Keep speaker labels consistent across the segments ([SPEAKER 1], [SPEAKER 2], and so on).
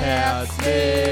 [SPEAKER 1] Herzlich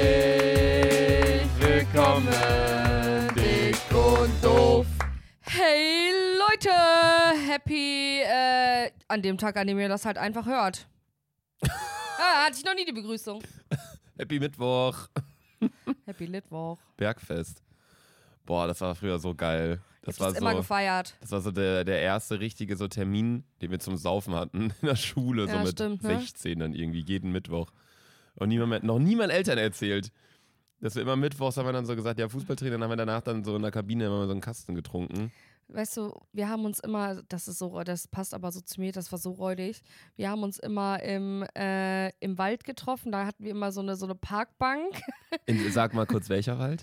[SPEAKER 1] willkommen, dick und doof.
[SPEAKER 2] Hey Leute, happy, an dem Tag, an dem ihr das halt einfach hört. Hatte ich noch nie die Begrüßung.
[SPEAKER 1] Happy Mittwoch.
[SPEAKER 2] Happy Mittwoch.
[SPEAKER 1] Bergfest. Boah, das war früher so geil. Das war
[SPEAKER 2] immer gefeiert.
[SPEAKER 1] Das war so der erste richtige so Termin, den wir zum Saufen hatten in der Schule, so
[SPEAKER 2] Ja,
[SPEAKER 1] mit
[SPEAKER 2] stimmt,
[SPEAKER 1] 16 dann irgendwie, jeden Mittwoch. Und noch niemand Eltern erzählt. Dass wir immer mittwochs haben wir dann so gesagt, ja, Fußballtraining, dann haben wir danach dann so in der Kabine immer so einen Kasten getrunken.
[SPEAKER 2] Weißt du, wir haben uns immer, das passt aber so zu mir, das war so räudig. Wir haben uns immer im Wald getroffen, da hatten wir immer so eine Parkbank.
[SPEAKER 1] Sag mal kurz, welcher Wald?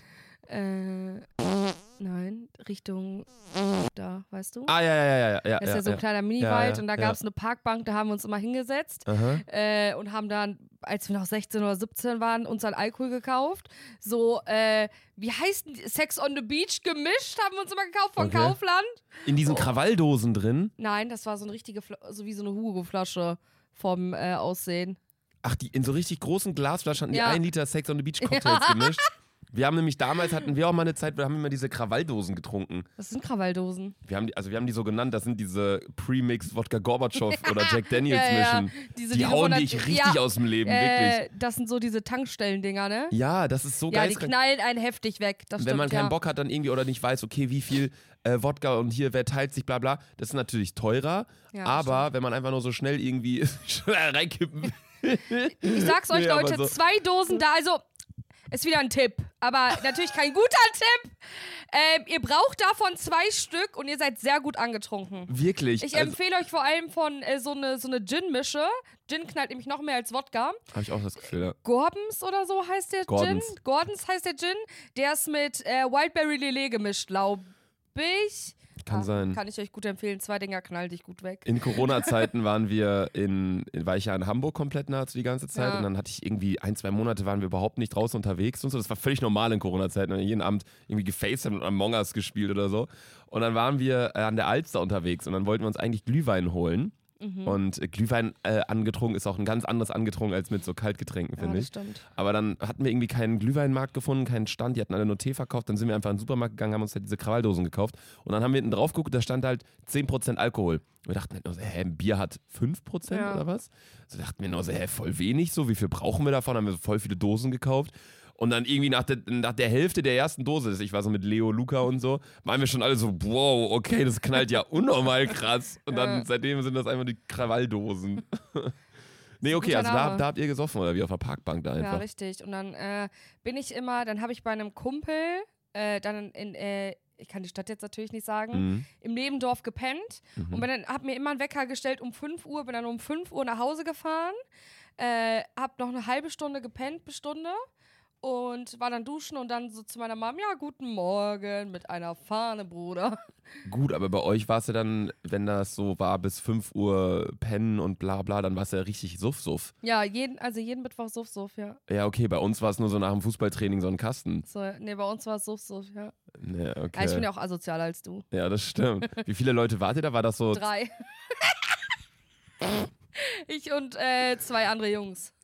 [SPEAKER 2] Nein, Richtung da, weißt du?
[SPEAKER 1] Ah, ja.
[SPEAKER 2] Das ist ja so ein kleiner Miniwald und da gab es
[SPEAKER 1] ja.
[SPEAKER 2] eine Parkbank, da haben wir uns immer hingesetzt und haben dann, als wir noch 16 oder 17 waren, uns dann Alkohol gekauft. So, wie heißt denn Sex on the Beach gemischt, haben wir uns immer gekauft von Kaufland.
[SPEAKER 1] In diesen Krawalldosen drin?
[SPEAKER 2] Nein, das war so eine richtige, so wie so eine Hugo-Flasche vom Aussehen.
[SPEAKER 1] Ach, die in so richtig großen Glasflaschen hatten die
[SPEAKER 2] Ja.
[SPEAKER 1] 1 Liter Sex on the Beach Cocktails gemischt. Wir haben nämlich damals, hatten wir auch mal eine Zeit, wir haben immer diese Krawalldosen getrunken.
[SPEAKER 2] Das sind Krawalldosen.
[SPEAKER 1] Wir haben die so genannt, das sind diese Premix Wodka Gorbatschow oder Jack Daniels Mischen. Die hauen dich richtig aus dem Leben, wirklich.
[SPEAKER 2] Das sind so diese Tankstellen-Dinger, ne?
[SPEAKER 1] Ja, das ist so geil.
[SPEAKER 2] Ja, die knallen einen heftig weg, das
[SPEAKER 1] Wenn
[SPEAKER 2] stimmt,
[SPEAKER 1] man keinen Bock hat dann irgendwie oder nicht weiß, okay, wie viel Wodka und hier, wer teilt sich, bla bla, das ist natürlich teurer,
[SPEAKER 2] Ja,
[SPEAKER 1] aber wenn man einfach nur so schnell irgendwie reinkippen will.
[SPEAKER 2] Ich sag's euch,
[SPEAKER 1] Nee, aber
[SPEAKER 2] Leute,
[SPEAKER 1] so.
[SPEAKER 2] 2 Dosen da, also ist wieder ein Tipp, aber natürlich kein guter Tipp. Ihr braucht davon 2 Stück und ihr seid sehr gut angetrunken.
[SPEAKER 1] Wirklich.
[SPEAKER 2] Ich empfehle euch vor allem von so eine Gin-Mische. Gin knallt nämlich noch mehr als Wodka.
[SPEAKER 1] Habe ich auch das Gefühl, ja.
[SPEAKER 2] Gordons oder so heißt der
[SPEAKER 1] Gordons.
[SPEAKER 2] Gin. Gordons heißt der Gin. Der ist mit Wildberry Lillet gemischt, glaube ich.
[SPEAKER 1] Kann sein.
[SPEAKER 2] Kann ich euch gut empfehlen. 2 Dinger knallt dich gut weg.
[SPEAKER 1] In Corona-Zeiten war ich ja in Hamburg komplett nahezu die ganze Zeit und dann hatte ich irgendwie 1-2 Monate waren wir überhaupt nicht draußen unterwegs und so. Das war völlig normal in Corona-Zeiten. Wir haben jeden Abend irgendwie gefacetimed und Among Us gespielt oder so. Und dann waren wir an der Alster unterwegs und dann wollten wir uns eigentlich Glühwein holen. Und Glühwein angetrunken ist auch ein ganz anderes angetrunken als mit so Kaltgetränken, finde ich.
[SPEAKER 2] Stimmt.
[SPEAKER 1] Aber dann hatten wir irgendwie keinen Glühweinmarkt gefunden, keinen Stand, die hatten alle nur Tee verkauft. Dann sind wir einfach in den Supermarkt gegangen, haben uns halt diese Krawalldosen gekauft. Und dann haben wir hinten drauf geguckt, da stand halt 10% Alkohol. Und wir dachten halt nur so, ein Bier hat 5% oder was? So dachten wir nur so, voll wenig so, wie viel brauchen wir davon? Haben wir so voll viele Dosen gekauft. Und dann irgendwie nach der Hälfte der ersten Dose, ich war so mit Leo, Luca und so, waren wir schon alle so, wow, okay, das knallt ja unnormal krass. Und dann seitdem sind das einfach die Krawalldosen. Nee, okay, also da habt ihr gesoffen oder wie auf der Parkbank da einfach.
[SPEAKER 2] Ja, richtig. Und dann dann habe ich bei einem Kumpel, ich kann die Stadt jetzt natürlich nicht sagen, im Nebendorf gepennt und hab mir immer einen Wecker gestellt um 5 Uhr, bin dann um 5 Uhr nach Hause gefahren, hab noch eine halbe Stunde gepennt, bis Stunde. Und war dann duschen und dann so zu meiner Mom, ja, guten Morgen, mit einer Fahne, Bruder.
[SPEAKER 1] Gut, aber bei euch war es ja dann, wenn das so war, bis 5 Uhr pennen und bla bla, dann war es ja richtig Suff-Suff.
[SPEAKER 2] Ja, jeden Mittwoch Suff-Suff, ja.
[SPEAKER 1] Ja, okay, bei uns war es nur so nach dem Fußballtraining so ein Kasten.
[SPEAKER 2] So, nee, bei uns war es Suff-Suff, ja.
[SPEAKER 1] Ja, okay.
[SPEAKER 2] Ja, ich bin ja auch asozialer als du.
[SPEAKER 1] Ja, das stimmt. Wie viele Leute wart ihr da? War das so...
[SPEAKER 2] 3. Ich und 2 andere Jungs.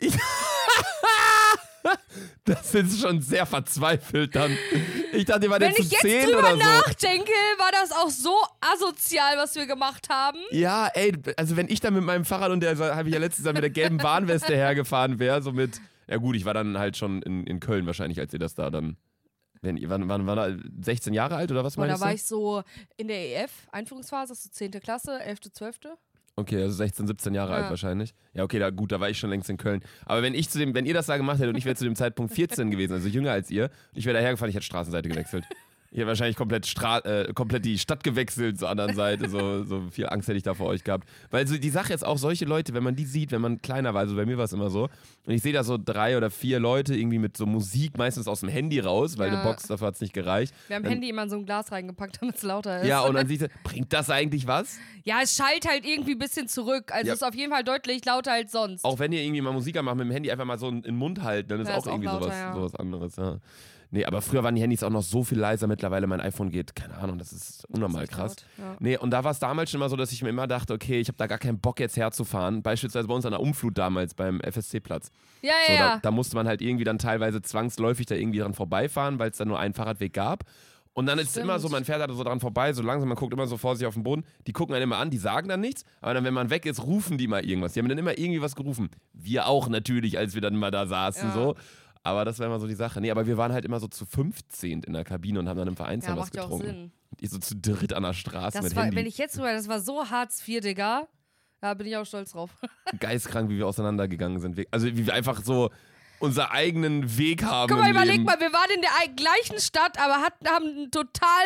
[SPEAKER 1] Das ist schon sehr verzweifelt dann. Ich dachte, ihr wart jetzt zu 10 oder so.
[SPEAKER 2] Wenn ich jetzt drüber nachdenke, war das auch so asozial, was wir gemacht haben.
[SPEAKER 1] Ja, ey, also wenn ich dann mit meinem Fahrrad und habe ich ja letztens dann mit der gelben Warnweste hergefahren wäre, so mit, ja gut, ich war dann halt schon in Köln wahrscheinlich, als ihr das da dann, wann war da 16 Jahre alt oder was meinst du?
[SPEAKER 2] Da war ich so in der EF, Einführungsphase, so 10. Klasse, 11., 12.
[SPEAKER 1] Okay, also 16, 17 Jahre alt wahrscheinlich. Ja, okay, da war ich schon längst in Köln. Aber wenn ihr das da gemacht hättet und ich wäre zu dem Zeitpunkt 14 gewesen, also jünger als ihr, ich wäre da hergefahren, ich hätte Straßenseite gewechselt. Ich hätte wahrscheinlich komplett die Stadt gewechselt zur anderen Seite. So viel Angst hätte ich da vor euch gehabt. Weil so die Sache ist auch, solche Leute, wenn man die sieht, wenn man kleiner war, also bei mir war es immer so, und ich sehe da so 3 oder 4 Leute irgendwie mit so Musik, meistens aus dem Handy raus, weil eine Box, dafür hat es nicht gereicht.
[SPEAKER 2] Wir haben Handy immer in so ein Glas reingepackt, damit es lauter ist.
[SPEAKER 1] Ja, und dann siehst du, bringt das eigentlich was?
[SPEAKER 2] Ja, es schallt halt irgendwie ein bisschen zurück. Also es ist auf jeden Fall deutlich lauter als sonst.
[SPEAKER 1] Auch wenn ihr irgendwie mal Musik macht, mit dem Handy einfach mal so in den Mund halten, dann ist auch irgendwie lauter, sowas anderes. Ja. Nee, aber früher waren die Handys auch noch so viel leiser. Mittlerweile mein iPhone geht, keine Ahnung, das ist unnormal krass.
[SPEAKER 2] Ja.
[SPEAKER 1] Nee, und da war es damals schon immer so, dass ich mir immer dachte, okay, ich habe da gar keinen Bock jetzt herzufahren. Beispielsweise bei uns an der Umflut damals beim FSC-Platz.
[SPEAKER 2] Ja,
[SPEAKER 1] so,
[SPEAKER 2] ja.
[SPEAKER 1] Da musste man halt irgendwie dann teilweise zwangsläufig da irgendwie dran vorbeifahren, weil es dann nur einen Fahrradweg gab. Und dann ist es immer so, man fährt halt so dran vorbei, so langsam, man guckt immer so vor sich auf den Boden. Die gucken einen immer an, die sagen dann nichts, aber dann, wenn man weg ist, rufen die mal irgendwas. Die haben dann immer irgendwie was gerufen. Wir auch natürlich, als wir dann mal da saßen, so. Aber das war immer so die Sache. Nee, aber wir waren halt immer so zu 15 in der Kabine und haben dann im Vereinsheim was getrunken.
[SPEAKER 2] Macht ja auch Sinn.
[SPEAKER 1] Und ich so zu dritt an der Straße
[SPEAKER 2] Das
[SPEAKER 1] mit
[SPEAKER 2] war,
[SPEAKER 1] Handy.
[SPEAKER 2] wenn ich jetzt drüber, das war so Hartz IV, Digga. Da bin ich auch stolz drauf.
[SPEAKER 1] Geistkrank, wie wir auseinandergegangen sind. Also wie wir einfach so unseren eigenen Weg haben.
[SPEAKER 2] Guck mal,
[SPEAKER 1] im
[SPEAKER 2] überleg
[SPEAKER 1] Leben.
[SPEAKER 2] mal, wir waren in der gleichen Stadt, aber haben total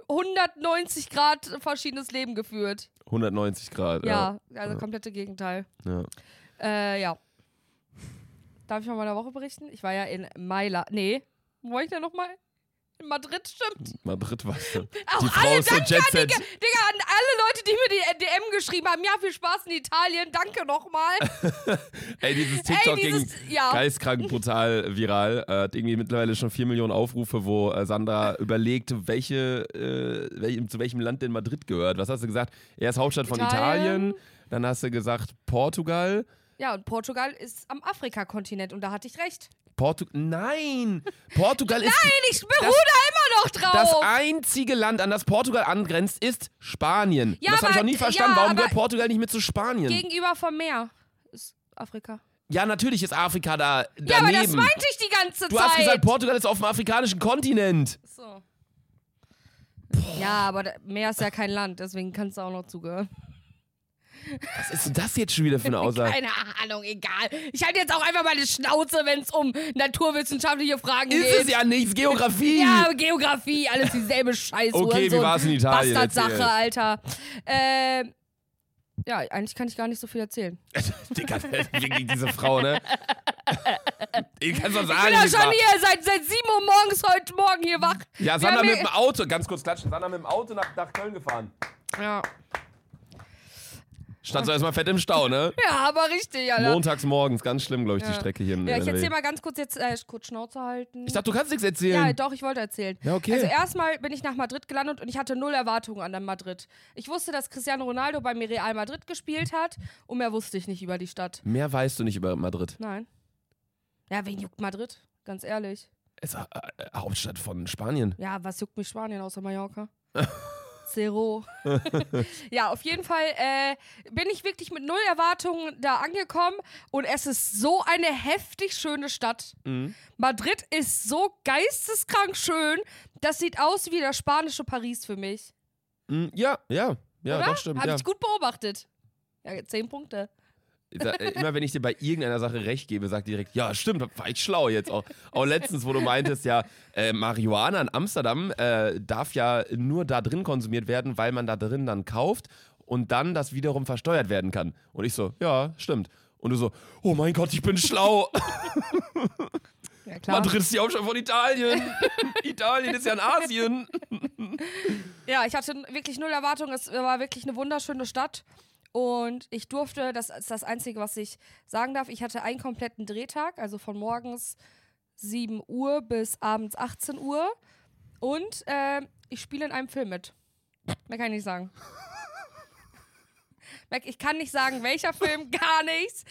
[SPEAKER 2] 190 Grad verschiedenes Leben geführt.
[SPEAKER 1] 190 Grad.
[SPEAKER 2] Ja, also komplette Gegenteil.
[SPEAKER 1] Ja.
[SPEAKER 2] Ja. Darf ich von meiner Woche berichten? Ich war ja in Mailand. Nee, wo war ich denn nochmal? In Madrid, stimmt.
[SPEAKER 1] Madrid warst du.
[SPEAKER 2] Auch
[SPEAKER 1] Die Frau
[SPEAKER 2] alle,
[SPEAKER 1] ist so
[SPEAKER 2] danke,
[SPEAKER 1] Jet-Set.
[SPEAKER 2] Digga, an alle Leute, die mir die DM geschrieben haben. Ja, viel Spaß in Italien, danke nochmal.
[SPEAKER 1] Ey, dieses TikTok ging
[SPEAKER 2] ja.
[SPEAKER 1] geistkrank brutal viral. Hat irgendwie mittlerweile schon 4 Millionen Aufrufe, wo Sandra überlegt, zu welchem Land denn Madrid gehört. Was hast du gesagt? Erst Hauptstadt von Italien, dann hast du gesagt Portugal.
[SPEAKER 2] Ja, und Portugal ist am Afrika-Kontinent und da hatte ich recht.
[SPEAKER 1] Nein! Portugal ist...
[SPEAKER 2] Nein, ich beruhe da immer noch drauf!
[SPEAKER 1] Das einzige Land, an das Portugal angrenzt, ist Spanien.
[SPEAKER 2] Ja,
[SPEAKER 1] das habe ich auch nie verstanden.
[SPEAKER 2] ja,
[SPEAKER 1] Warum gehört Portugal nicht mit zu Spanien?
[SPEAKER 2] Gegenüber vom Meer ist Afrika.
[SPEAKER 1] Ja, natürlich ist Afrika da daneben.
[SPEAKER 2] Ja, aber das meinte ich die ganze Zeit.
[SPEAKER 1] Du hast gesagt, Portugal ist auf dem afrikanischen Kontinent.
[SPEAKER 2] So. Ja, aber Meer ist ja kein Land, deswegen kannst du auch noch zugehören.
[SPEAKER 1] Was ist denn das jetzt schon wieder für eine Aussage?
[SPEAKER 2] Keine Ahnung, egal. Ich halte jetzt auch einfach meine Schnauze, wenn es um naturwissenschaftliche Fragen geht.
[SPEAKER 1] Ist es ja nichts, Geografie.
[SPEAKER 2] Ja, Geografie, alles dieselbe Scheiße.
[SPEAKER 1] Okay, wie war's in Italien?
[SPEAKER 2] Bastardsache, Alter. Ja, eigentlich kann ich gar nicht so viel erzählen.
[SPEAKER 1] Digga, wegen diese Frau, ne? Ich kann es doch sagen.
[SPEAKER 2] Ich bin ja schon hier seit 7 Uhr morgens heute Morgen hier wach.
[SPEAKER 1] Ja, Sandra mit dem Auto, ganz kurz klatschen, Sandra mit dem Auto nach Köln gefahren.
[SPEAKER 2] Ja.
[SPEAKER 1] Stand so erstmal fett im Stau, ne?
[SPEAKER 2] Ja, aber richtig, Alter.
[SPEAKER 1] Montags morgens, ganz schlimm, glaube ich, die Strecke hier in
[SPEAKER 2] Ja, ich
[SPEAKER 1] NRW.
[SPEAKER 2] erzähl mal ganz kurz jetzt, kurz Schnauze halten.
[SPEAKER 1] Ich dachte, du kannst nichts erzählen.
[SPEAKER 2] Ja, doch, ich wollte erzählen.
[SPEAKER 1] Ja, okay.
[SPEAKER 2] Also erstmal bin ich nach Madrid gelandet und ich hatte 0 Erwartungen an der Madrid. Ich wusste, dass Cristiano Ronaldo bei mir Real Madrid gespielt hat und mehr wusste ich nicht über die Stadt.
[SPEAKER 1] Mehr weißt du nicht über Madrid.
[SPEAKER 2] Nein. Ja, wen juckt Madrid? Ganz ehrlich.
[SPEAKER 1] Es ist Hauptstadt von Spanien.
[SPEAKER 2] Ja, was juckt mich Spanien außer Mallorca? Zero. Ja, auf jeden Fall bin ich wirklich mit 0 Erwartungen da angekommen und es ist so eine heftig schöne Stadt.
[SPEAKER 1] Mhm.
[SPEAKER 2] Madrid ist so geisteskrank schön, das sieht aus wie das spanische Paris für mich.
[SPEAKER 1] Ja,
[SPEAKER 2] Oder?
[SPEAKER 1] doch, stimmt.
[SPEAKER 2] Hab
[SPEAKER 1] Ja.
[SPEAKER 2] ich gut beobachtet. Ja, 10 Punkte.
[SPEAKER 1] Immer wenn ich dir bei irgendeiner Sache recht gebe, sag direkt, ja, stimmt, war ich schlau jetzt auch. Auch letztens, wo du meintest, ja, Marihuana in Amsterdam darf ja nur da drin konsumiert werden, weil man da drin dann kauft und dann das wiederum versteuert werden kann. Und ich so, ja, stimmt. Und du so, oh mein Gott, ich bin schlau.
[SPEAKER 2] Ja, klar.
[SPEAKER 1] Madrid ist die Hauptstadt von Italien. Italien ist ja in Asien.
[SPEAKER 2] Ja, ich hatte wirklich 0 Erwartungen. Es war wirklich eine wunderschöne Stadt. Und ich durfte, das ist das Einzige, was ich sagen darf, ich hatte einen kompletten Drehtag, also von morgens 7 Uhr bis abends 18 Uhr. Und ich spiele in einem Film mit. Mehr kann ich nicht sagen. Ich kann nicht sagen, welcher Film, gar nichts.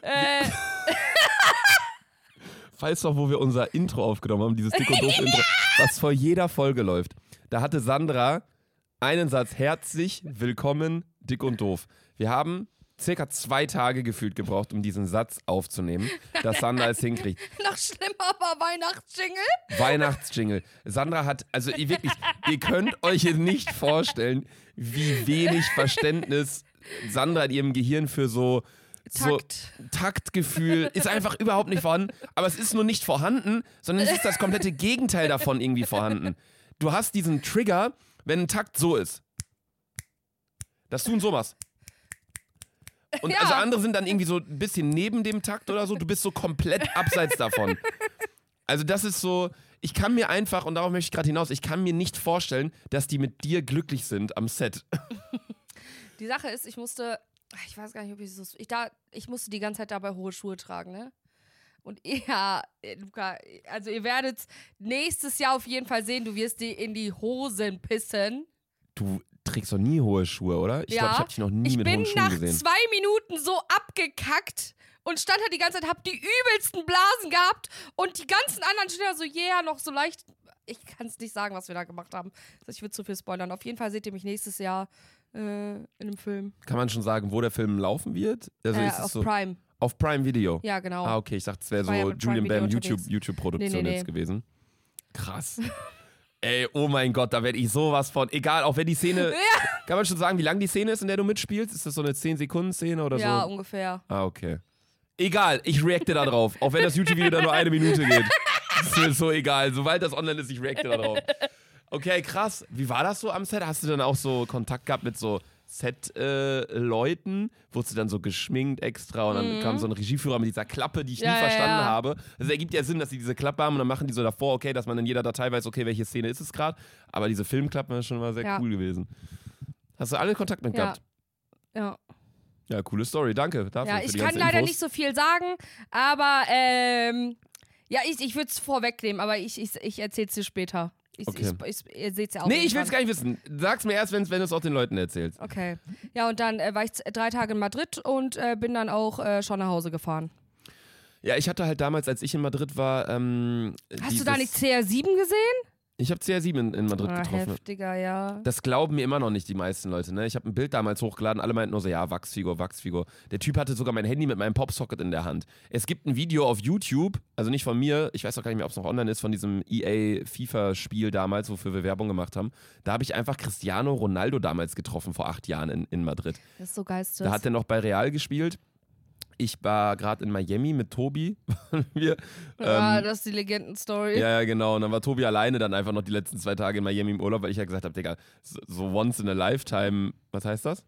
[SPEAKER 1] Weißt du noch, wo wir unser Intro aufgenommen haben, dieses Dick und Doof Intro, was vor jeder Folge läuft. Da hatte Sandra einen Satz, herzlich willkommen, Dick und Doof. Wir haben circa 2 Tage gefühlt gebraucht, um diesen Satz aufzunehmen, dass Sandra es hinkriegt.
[SPEAKER 2] Noch schlimmer war Weihnachtsjingle.
[SPEAKER 1] Weihnachtsjingle. Sandra hat, also wirklich, ihr könnt euch jetzt nicht vorstellen, wie wenig Verständnis Sandra in ihrem Gehirn für so Taktgefühl ist einfach überhaupt nicht vorhanden. Aber es ist nur nicht vorhanden, sondern es ist das komplette Gegenteil davon irgendwie vorhanden. Du hast diesen Trigger, wenn ein Takt so ist. Dass du ihn so machst. Und
[SPEAKER 2] Ja.
[SPEAKER 1] also andere sind dann irgendwie so ein bisschen neben dem Takt oder so. Du bist so komplett abseits davon. Also das ist so, ich kann mir einfach, und darauf möchte ich gerade hinaus, ich kann mir nicht vorstellen, dass die mit dir glücklich sind am Set.
[SPEAKER 2] Die Sache ist, ich musste, ich weiß gar nicht, ob ich musste die ganze Zeit dabei hohe Schuhe tragen, ne? Und ja, Luca, also ihr werdet nächstes Jahr auf jeden Fall sehen, du wirst dir in die Hosen pissen.
[SPEAKER 1] Du trägst doch nie hohe Schuhe, oder? Ich glaube, ich habe dich noch nie mit hohen Schuhen gesehen.
[SPEAKER 2] Ich bin nach 2 Minuten so abgekackt und stand halt die ganze Zeit, hab die übelsten Blasen gehabt und die ganzen anderen stehen da so, noch so leicht. Ich kann es nicht sagen, was wir da gemacht haben. Ich würde zu viel spoilern. Auf jeden Fall seht ihr mich nächstes Jahr in einem Film.
[SPEAKER 1] Kann man schon sagen, wo der Film laufen wird? Also ist
[SPEAKER 2] auf
[SPEAKER 1] so
[SPEAKER 2] Prime.
[SPEAKER 1] Auf Prime Video?
[SPEAKER 2] Ja, genau.
[SPEAKER 1] Ah, okay, ich dachte, es wäre so
[SPEAKER 2] ja
[SPEAKER 1] Julian Bam YouTube-Produktion
[SPEAKER 2] nee.
[SPEAKER 1] jetzt gewesen. Krass. Ey, oh mein Gott, da werde ich sowas von. Egal, auch wenn die Szene. Kann man schon sagen, wie lang die Szene ist, in der du mitspielst? Ist das so eine 10-Sekunden-Szene oder so?
[SPEAKER 2] Ja, ungefähr.
[SPEAKER 1] Ah, okay. Egal, ich reacte da drauf. Auch wenn das YouTube-Video da nur 1 Minute geht. Ist mir so egal. Sobald das online ist, ich reacte da drauf. Okay, krass. Wie war das so am Set? Hast du dann auch so Kontakt gehabt mit so Set-Leuten? Wurdest du dann so geschminkt extra und dann kam so ein Regieführer mit dieser Klappe, die ich nie verstanden habe. Also ergibt ja Sinn, dass die diese Klappe haben und dann machen die so davor, okay, dass man in jeder Datei weiß, okay, welche Szene ist es gerade. Aber diese Filmklappen ist schon mal sehr cool gewesen. Hast du alle Kontakt mit gehabt?
[SPEAKER 2] Ja.
[SPEAKER 1] Ja, coole Story, danke dafür.
[SPEAKER 2] Ja, ich kann leider nicht so viel sagen, aber ja, ich würde es vorwegnehmen, aber ich erzähl's dir später. Ihr seht's ja auch.
[SPEAKER 1] Nee, ich will's gar nicht wissen. Sag's mir erst, wenn du es auch den Leuten erzählst.
[SPEAKER 2] Okay. Ja, und dann war ich 3 Tage in Madrid und bin dann auch schon nach Hause gefahren.
[SPEAKER 1] Ja, ich hatte halt damals, als ich in Madrid war,
[SPEAKER 2] Hast du da nicht CR7 gesehen?
[SPEAKER 1] Ich habe CR7 in Madrid getroffen.
[SPEAKER 2] Heftiger, ja.
[SPEAKER 1] Das glauben mir immer noch nicht die meisten Leute, ne? Ich habe ein Bild damals hochgeladen, alle meinten nur so, ja, Wachsfigur. Der Typ hatte sogar mein Handy mit meinem Popsocket in der Hand. Es gibt ein Video auf YouTube, also nicht von mir, ich weiß auch gar nicht mehr, ob es noch online ist, von diesem EA-FIFA-Spiel damals, wofür wir Werbung gemacht haben. Da habe ich einfach Cristiano Ronaldo damals getroffen, vor 8 Jahren in Madrid.
[SPEAKER 2] Das ist so geistes.
[SPEAKER 1] Da hat er noch bei Real gespielt. Ich war gerade in Miami mit Tobi.
[SPEAKER 2] Das ist die Legendenstory.
[SPEAKER 1] Ja, genau. Und dann war Tobi alleine dann einfach noch die letzten 2 Tage in Miami im Urlaub, weil ich ja gesagt habe, Digga, so once in a lifetime, was heißt das?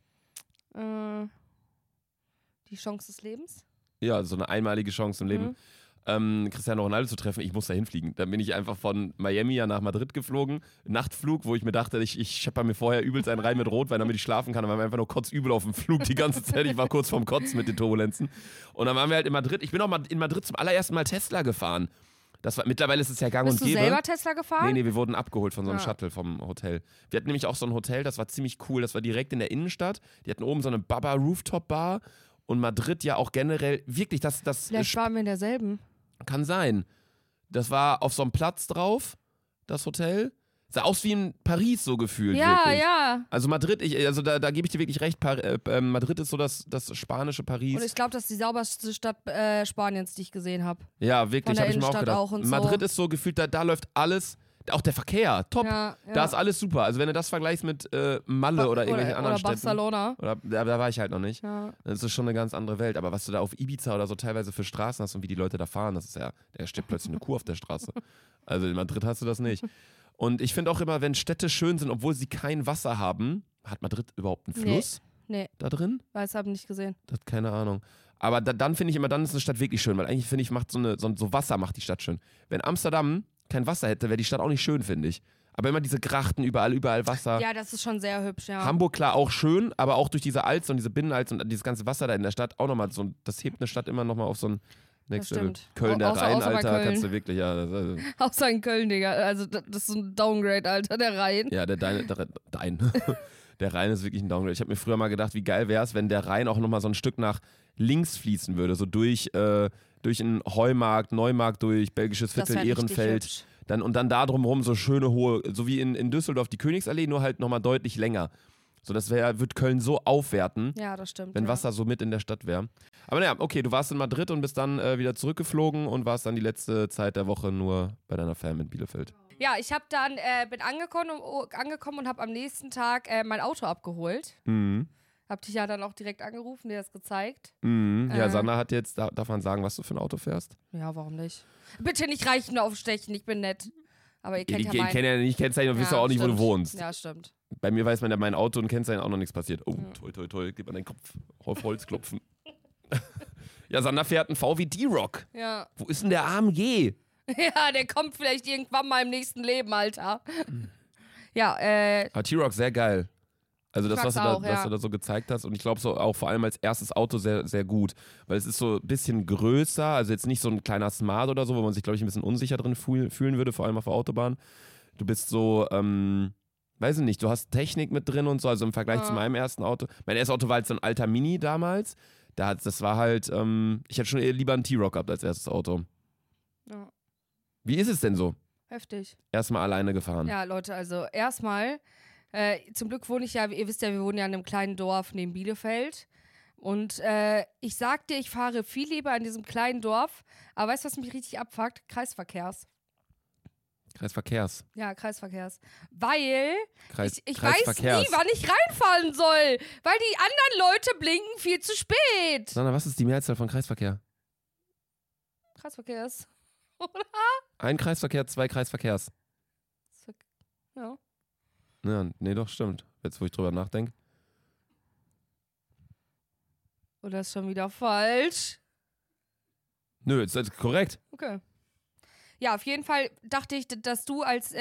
[SPEAKER 2] Die Chance des Lebens?
[SPEAKER 1] Ja, so eine einmalige Chance im Leben. Cristiano Ronaldo zu treffen, ich muss da hinfliegen. Dann bin ich einfach von Miami ja nach Madrid geflogen, Nachtflug, wo ich mir dachte, ich schepper mir vorher übelst einen rein mit Rotwein, damit ich schlafen kann. Dann waren wir einfach nur kotzübel auf dem Flug die ganze Zeit. Ich war kurz vorm Kotzen mit den Turbulenzen. Und dann waren wir halt in Madrid. Ich bin auch mal in Madrid zum allerersten Mal Tesla gefahren. Mittlerweile ist es ja gang und gäbe.
[SPEAKER 2] Bist du selber Tesla gefahren?
[SPEAKER 1] Nee, wir wurden abgeholt von so einem Shuttle vom Hotel. Wir hatten nämlich auch so ein Hotel, das war ziemlich cool. Das war direkt in der Innenstadt. Die hatten oben so eine Baba-Rooftop-Bar. Und Madrid ja auch generell, wirklich,
[SPEAKER 2] Vielleicht waren wir in derselben.
[SPEAKER 1] Kann sein. Das war auf so einem Platz drauf, das Hotel. Sah aus wie in Paris so gefühlt.
[SPEAKER 2] Ja,
[SPEAKER 1] wirklich.
[SPEAKER 2] Ja.
[SPEAKER 1] Also Madrid, da gebe ich dir wirklich recht. Madrid ist so das spanische Paris.
[SPEAKER 2] Und ich glaube, das ist die sauberste Stadt Spaniens, die ich gesehen habe.
[SPEAKER 1] Ja, wirklich, habe ich mir auch gedacht.
[SPEAKER 2] Auch und
[SPEAKER 1] Madrid
[SPEAKER 2] so.
[SPEAKER 1] Ist so gefühlt, da läuft alles. Auch der Verkehr, top.
[SPEAKER 2] Ja.
[SPEAKER 1] Da ist alles super. Also wenn du das vergleichst mit Malle oder irgendwelchen anderen Städten.
[SPEAKER 2] Barcelona.
[SPEAKER 1] Da war ich halt noch nicht.
[SPEAKER 2] Ja.
[SPEAKER 1] Das ist schon eine ganz andere Welt. Aber was du da auf Ibiza oder so teilweise für Straßen hast und wie die Leute da fahren, das ist ja, da steht plötzlich eine Kuh auf der Straße. Also in Madrid hast du das nicht. Und ich finde auch immer, wenn Städte schön sind, obwohl sie kein Wasser haben, hat Madrid überhaupt einen Fluss da drin?
[SPEAKER 2] Weiß, habe nicht gesehen.
[SPEAKER 1] Keine Ahnung. Aber dann finde ich immer, dann ist eine Stadt wirklich schön, weil eigentlich finde ich, macht so Wasser macht die Stadt schön. Wenn Amsterdam kein Wasser hätte, wäre die Stadt auch nicht schön, finde ich. Aber immer diese Grachten, überall Wasser.
[SPEAKER 2] Ja, das ist schon sehr hübsch, ja.
[SPEAKER 1] Hamburg, klar, auch schön, aber auch durch diese Alz und diese Binnenalz und dieses ganze Wasser da in der Stadt auch nochmal so, das hebt eine Stadt immer nochmal auf so ein Next Level.
[SPEAKER 2] Außer
[SPEAKER 1] Rhein, Alter,
[SPEAKER 2] Köln.
[SPEAKER 1] kannst du wirklich, ja.
[SPEAKER 2] Außer in Köln, Digga. Also, das ist so ein Downgrade, Alter, der Rhein.
[SPEAKER 1] Ja, der Rhein ist wirklich ein Downgrade. Ich habe mir früher mal gedacht, wie geil wäre es, wenn der Rhein auch nochmal so ein Stück nach links fließen würde, so durch einen Heumarkt, Neumarkt durch, Belgisches Viertel, Ehrenfeld. Und dann da drumherum so schöne hohe, so wie in Düsseldorf die Königsallee, nur halt nochmal deutlich länger. So, das wird Köln so aufwerten,
[SPEAKER 2] ja, das stimmt,
[SPEAKER 1] wenn Wasser so mit in der Stadt wäre. Aber naja, okay, du warst in Madrid und bist dann wieder zurückgeflogen und warst dann die letzte Zeit der Woche nur bei deiner Fam in Bielefeld.
[SPEAKER 2] Ja, ich habe dann bin angekommen und habe am nächsten Tag mein Auto abgeholt.
[SPEAKER 1] Mhm.
[SPEAKER 2] Hab dich ja dann auch direkt angerufen, dir das gezeigt.
[SPEAKER 1] Mhm. Ja, Sanna hat jetzt, darf man sagen, was du für ein Auto fährst?
[SPEAKER 2] Ja, warum nicht? Bitte nicht Reichen aufstechen, ich bin nett. Aber ihr kennt
[SPEAKER 1] Ich kenne ja nicht Kennzeichen und wisst auch nicht,
[SPEAKER 2] stimmt.
[SPEAKER 1] wo du wohnst.
[SPEAKER 2] Ja, stimmt.
[SPEAKER 1] Bei mir weiß man ja mein Auto und Kennzeichen auch noch nichts passiert. Oh, toi, gib an den Kopf. Auf Holz klopfen. Ja, Sanna fährt einen VW D-Rock.
[SPEAKER 2] Ja.
[SPEAKER 1] Wo ist denn der AMG?
[SPEAKER 2] Ja, der kommt vielleicht irgendwann mal im nächsten Leben, Alter. Ja,
[SPEAKER 1] T-Rock, sehr geil. Also das, was
[SPEAKER 2] auch,
[SPEAKER 1] was du da so gezeigt hast. Und ich glaube so auch vor allem als erstes Auto sehr, sehr gut. Weil es ist so ein bisschen größer, also jetzt nicht so ein kleiner Smart oder so, wo man sich, glaube ich, ein bisschen unsicher drin fühlen würde, vor allem auf der Autobahn. Du bist so, weiß ich nicht, du hast Technik mit drin und so, also im Vergleich zu meinem ersten Auto. Mein erstes Auto war halt so ein alter Mini damals. Das war halt, ich hätte schon eher lieber einen T-Rock gehabt als erstes Auto.
[SPEAKER 2] Ja.
[SPEAKER 1] Wie ist es denn so?
[SPEAKER 2] Heftig.
[SPEAKER 1] Erstmal alleine gefahren.
[SPEAKER 2] Ja, Leute, also erstmal, zum Glück wohne ich ja, ihr wisst ja, wir wohnen ja in einem kleinen Dorf neben Bielefeld. Und ich sag dir, ich fahre viel lieber in diesem kleinen Dorf. Aber weißt du, was mich richtig abfuckt? Kreisverkehrs. Ja, Kreisverkehrs. Weil ich weiß nie, wann ich reinfahren soll. Weil die anderen Leute blinken viel zu spät.
[SPEAKER 1] Sandra, was ist die Mehrzahl von Kreisverkehr?
[SPEAKER 2] Kreisverkehrs.
[SPEAKER 1] Ein Kreisverkehr, 2 Kreisverkehrs.
[SPEAKER 2] Ja.
[SPEAKER 1] Ja, nee, doch, stimmt. Jetzt, wo ich drüber nachdenke.
[SPEAKER 2] Oder ist schon wieder falsch?
[SPEAKER 1] Nö, ist das korrekt.
[SPEAKER 2] Okay. Ja, auf jeden Fall dachte ich, dass du als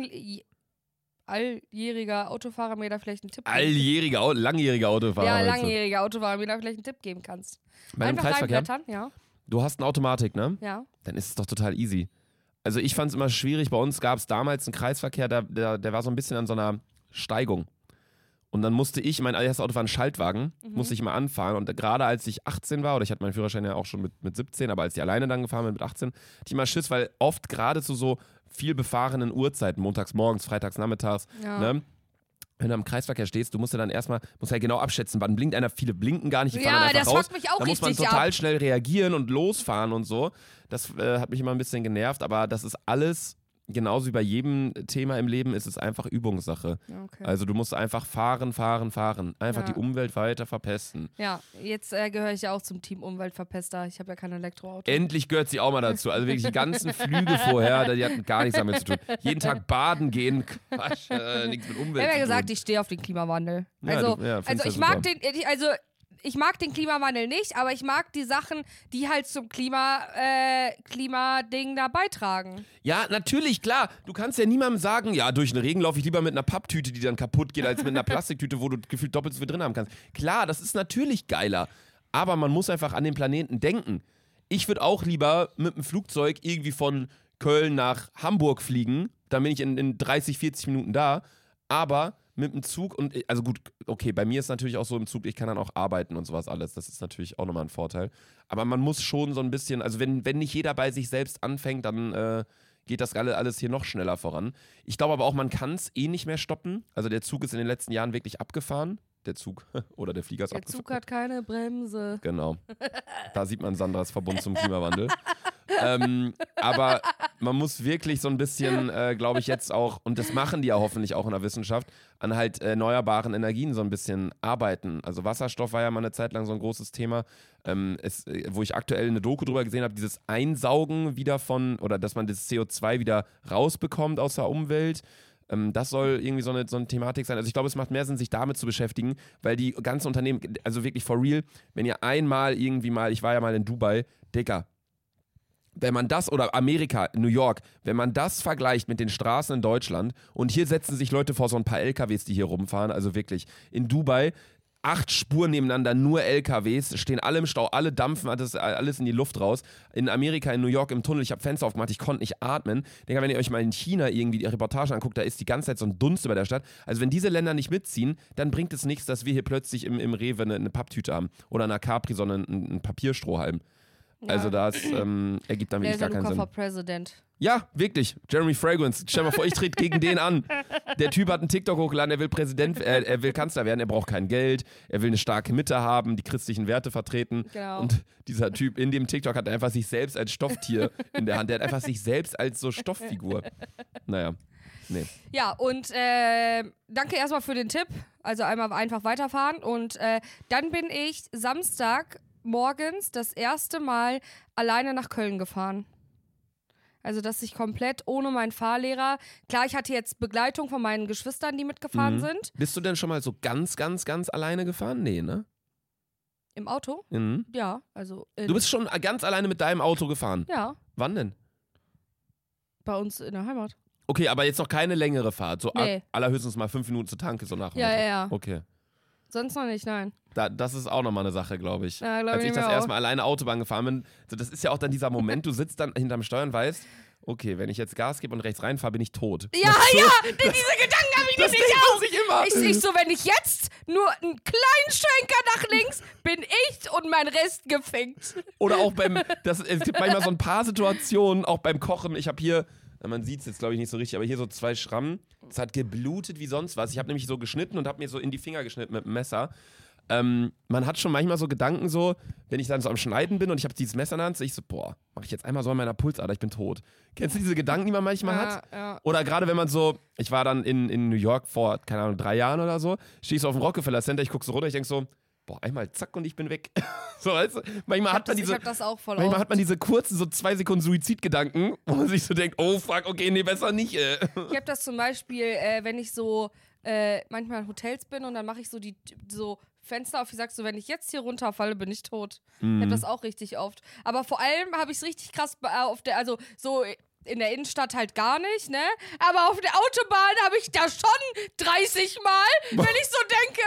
[SPEAKER 2] alljähriger Autofahrer mir da vielleicht einen Tipp
[SPEAKER 1] Langjähriger Autofahrer.
[SPEAKER 2] Ja, langjähriger Autofahrer mir da vielleicht einen Tipp geben kannst.
[SPEAKER 1] Bei einem
[SPEAKER 2] Einfach
[SPEAKER 1] Kreisverkehr?
[SPEAKER 2] reinblättern, ja.
[SPEAKER 1] Du hast eine Automatik, ne?
[SPEAKER 2] Ja.
[SPEAKER 1] Dann ist es doch total easy. Also ich fand es immer schwierig. Bei uns gab es damals einen Kreisverkehr, der war so ein bisschen an so einer Steigung. Und dann musste ich, mein erstes Auto war ein Schaltwagen, musste ich mal anfahren. Und gerade als ich 18 war, oder ich hatte meinen Führerschein ja auch schon mit 17, aber als ich alleine dann gefahren bin mit 18, hatte ich immer Schiss, weil oft gerade zu so viel befahrenen Uhrzeiten, montags morgens, freitags nachmittags, ne? Wenn du am Kreisverkehr stehst, du musst ja dann erstmal, genau abschätzen, wann blinkt einer, viele blinken gar nicht, die fahren einfach
[SPEAKER 2] das
[SPEAKER 1] raus.
[SPEAKER 2] fuckt mich auch
[SPEAKER 1] Da muss man
[SPEAKER 2] richtig
[SPEAKER 1] total
[SPEAKER 2] ab.
[SPEAKER 1] schnell reagieren und losfahren und so. Das hat mich immer ein bisschen genervt, aber das ist alles, genauso wie bei jedem Thema im Leben, ist es einfach Übungssache.
[SPEAKER 2] Okay.
[SPEAKER 1] Also du musst einfach fahren. Einfach die Umwelt weiter verpesten.
[SPEAKER 2] Ja, jetzt gehöre ich ja auch zum Team Umweltverpester. Ich habe ja kein Elektroauto.
[SPEAKER 1] Endlich gehört sie auch mal dazu. Also wirklich die ganzen Flüge vorher, die hatten gar nichts damit zu tun. Jeden Tag baden gehen, Quatsch, nichts mit Umwelt
[SPEAKER 2] Ich habe ja
[SPEAKER 1] zu
[SPEAKER 2] gesagt,
[SPEAKER 1] tun.
[SPEAKER 2] ich stehe auf den Klimawandel.
[SPEAKER 1] Ja,
[SPEAKER 2] Also,
[SPEAKER 1] find's
[SPEAKER 2] ich
[SPEAKER 1] ja
[SPEAKER 2] mag
[SPEAKER 1] super.
[SPEAKER 2] ich mag den Klimawandel nicht, aber ich mag die Sachen, die halt zum Klimading da beitragen.
[SPEAKER 1] Ja, natürlich, klar. Du kannst ja niemandem sagen, ja, durch den Regen laufe ich lieber mit einer Papptüte, die dann kaputt geht, als mit einer Plastiktüte, wo du gefühlt doppelt so viel drin haben kannst. Klar, das ist natürlich geiler. Aber man muss einfach an den Planeten denken. Ich würde auch lieber mit dem Flugzeug irgendwie von Köln nach Hamburg fliegen. Dann bin ich in 30, 40 Minuten da. Aber mit dem Zug also gut, okay, bei mir ist natürlich auch so im Zug, ich kann dann auch arbeiten und sowas alles. Das ist natürlich auch nochmal ein Vorteil. Aber man muss schon so ein bisschen, also wenn nicht jeder bei sich selbst anfängt, dann geht das alles hier noch schneller voran. Ich glaube aber auch, man kann es nicht mehr stoppen. Also der Zug ist in den letzten Jahren wirklich abgefahren. Der Zug oder der Flieger ist abgefahren.
[SPEAKER 2] Der Zug hat keine Bremse.
[SPEAKER 1] Genau. Da sieht man Sandras Verbund zum Klimawandel. Aber man muss wirklich so ein bisschen, glaube ich, jetzt auch, und das machen die ja hoffentlich auch in der Wissenschaft, an halt erneuerbaren Energien so ein bisschen arbeiten. Also Wasserstoff war ja mal eine Zeit lang so ein großes Thema, wo ich aktuell eine Doku drüber gesehen habe, dieses Einsaugen wieder oder dass man das CO2 wieder rausbekommt aus der Umwelt. Das soll irgendwie so eine Thematik sein. Also ich glaube, es macht mehr Sinn, sich damit zu beschäftigen, weil die ganzen Unternehmen, also wirklich for real, wenn ihr einmal irgendwie mal, ich war ja mal in Dubai, Digga, wenn man das, oder Amerika, New York, wenn man das vergleicht mit den Straßen in Deutschland und hier setzen sich Leute vor so ein paar LKWs, die hier rumfahren, also wirklich, in Dubai 8 Spuren nebeneinander, nur LKWs, stehen alle im Stau, alle dampfen alles in die Luft raus. In Amerika, in New York im Tunnel, ich habe Fenster aufgemacht, ich konnte nicht atmen. Digga, wenn ihr euch mal in China irgendwie die Reportagen anguckt, da ist die ganze Zeit so ein Dunst über der Stadt. Also wenn diese Länder nicht mitziehen, dann bringt es nichts, dass wir hier plötzlich im Rewe eine Papptüte haben oder einer Capri, sondern einen Papierstrohhalm. Ja. Also das ergibt dann wirklich gar keinen Sinn.
[SPEAKER 2] For President.
[SPEAKER 1] Ja, wirklich. Jeremy Fragrance. Stell dir mal vor, ich trete gegen den an. Der Typ hat einen TikTok hochgeladen, er will er will Kanzler werden, er braucht kein Geld, er will eine starke Mitte haben, die christlichen Werte vertreten.
[SPEAKER 2] Genau.
[SPEAKER 1] Und dieser Typ in dem TikTok hat einfach sich selbst als Stofftier in der Hand. Der hat einfach sich selbst als so Stofffigur. Naja, nee.
[SPEAKER 2] Ja, und danke erstmal für den Tipp. Also einmal einfach weiterfahren. Und dann bin ich Samstag morgens das erste Mal alleine nach Köln gefahren. Also, dass ich komplett ohne meinen Fahrlehrer, klar, ich hatte jetzt Begleitung von meinen Geschwistern, die mitgefahren sind.
[SPEAKER 1] Bist du denn schon mal so ganz, ganz, ganz alleine gefahren? Nee, ne?
[SPEAKER 2] Im Auto?
[SPEAKER 1] Mhm.
[SPEAKER 2] Ja, also.
[SPEAKER 1] Du bist schon ganz alleine mit deinem Auto gefahren?
[SPEAKER 2] Ja.
[SPEAKER 1] Wann denn?
[SPEAKER 2] Bei uns in der Heimat.
[SPEAKER 1] Okay, aber jetzt noch keine längere Fahrt. So
[SPEAKER 2] Nee.
[SPEAKER 1] allerhöchstens mal 5 Minuten zur Tanke, so nach dem
[SPEAKER 2] Ja,
[SPEAKER 1] Motto.
[SPEAKER 2] ja, ja.
[SPEAKER 1] Okay.
[SPEAKER 2] Sonst noch nicht, nein.
[SPEAKER 1] Das ist auch nochmal eine Sache, glaube ich.
[SPEAKER 2] Ja, glaub
[SPEAKER 1] Als ich
[SPEAKER 2] ich
[SPEAKER 1] das
[SPEAKER 2] mir
[SPEAKER 1] erste
[SPEAKER 2] auch.
[SPEAKER 1] Mal alleine Autobahn gefahren bin, so, das ist ja auch dann dieser Moment, du sitzt dann hinterm Steuer und weißt, okay, wenn ich jetzt Gas gebe und rechts reinfahre, bin ich tot.
[SPEAKER 2] Ja, diese Gedanken habe ich
[SPEAKER 1] Das
[SPEAKER 2] nämlich
[SPEAKER 1] denkt
[SPEAKER 2] auch.
[SPEAKER 1] man sich immer.
[SPEAKER 2] Ich so, wenn ich jetzt nur einen kleinen Schwenker nach links, bin ich und mein Rest gefickt.
[SPEAKER 1] Oder auch es gibt manchmal so ein paar Situationen, auch beim Kochen. Ich habe hier, man sieht es jetzt glaube ich nicht so richtig, aber hier so 2 Schrammen. Es hat geblutet wie sonst was. Ich habe nämlich so geschnitten und habe mir so in die Finger geschnitten mit dem Messer. Man hat schon manchmal so Gedanken so, wenn ich dann so am Schneiden bin und ich habe dieses Messer in der Hand, ich so, boah, mache ich jetzt einmal so an meiner Pulsader, ich bin tot. Kennst du diese Gedanken, die man manchmal hat?
[SPEAKER 2] Ja.
[SPEAKER 1] Oder gerade wenn man so, ich war dann in New York vor, keine Ahnung, 3 Jahren oder so, stehe ich so auf dem Rockefeller Center, ich gucke so runter, ich denke so, boah, einmal zack und ich bin weg. So, weißt du? Manchmal
[SPEAKER 2] Ich hab das auch voll
[SPEAKER 1] manchmal
[SPEAKER 2] oft.
[SPEAKER 1] hat man diese kurzen, so 2 Sekunden Suizidgedanken, wo man sich so denkt, oh fuck, okay, nee, besser nicht.
[SPEAKER 2] Ich habe das zum Beispiel, wenn ich so manchmal in Hotels bin und dann mache ich so die so Fenster auf, ich sag so, wenn ich jetzt hier runterfalle, bin ich tot. Ich habe das auch richtig oft. Aber vor allem habe ich es richtig krass also so in der Innenstadt halt gar nicht, ne? Aber auf der Autobahn habe ich da schon 30 Mal, wenn ich so denke,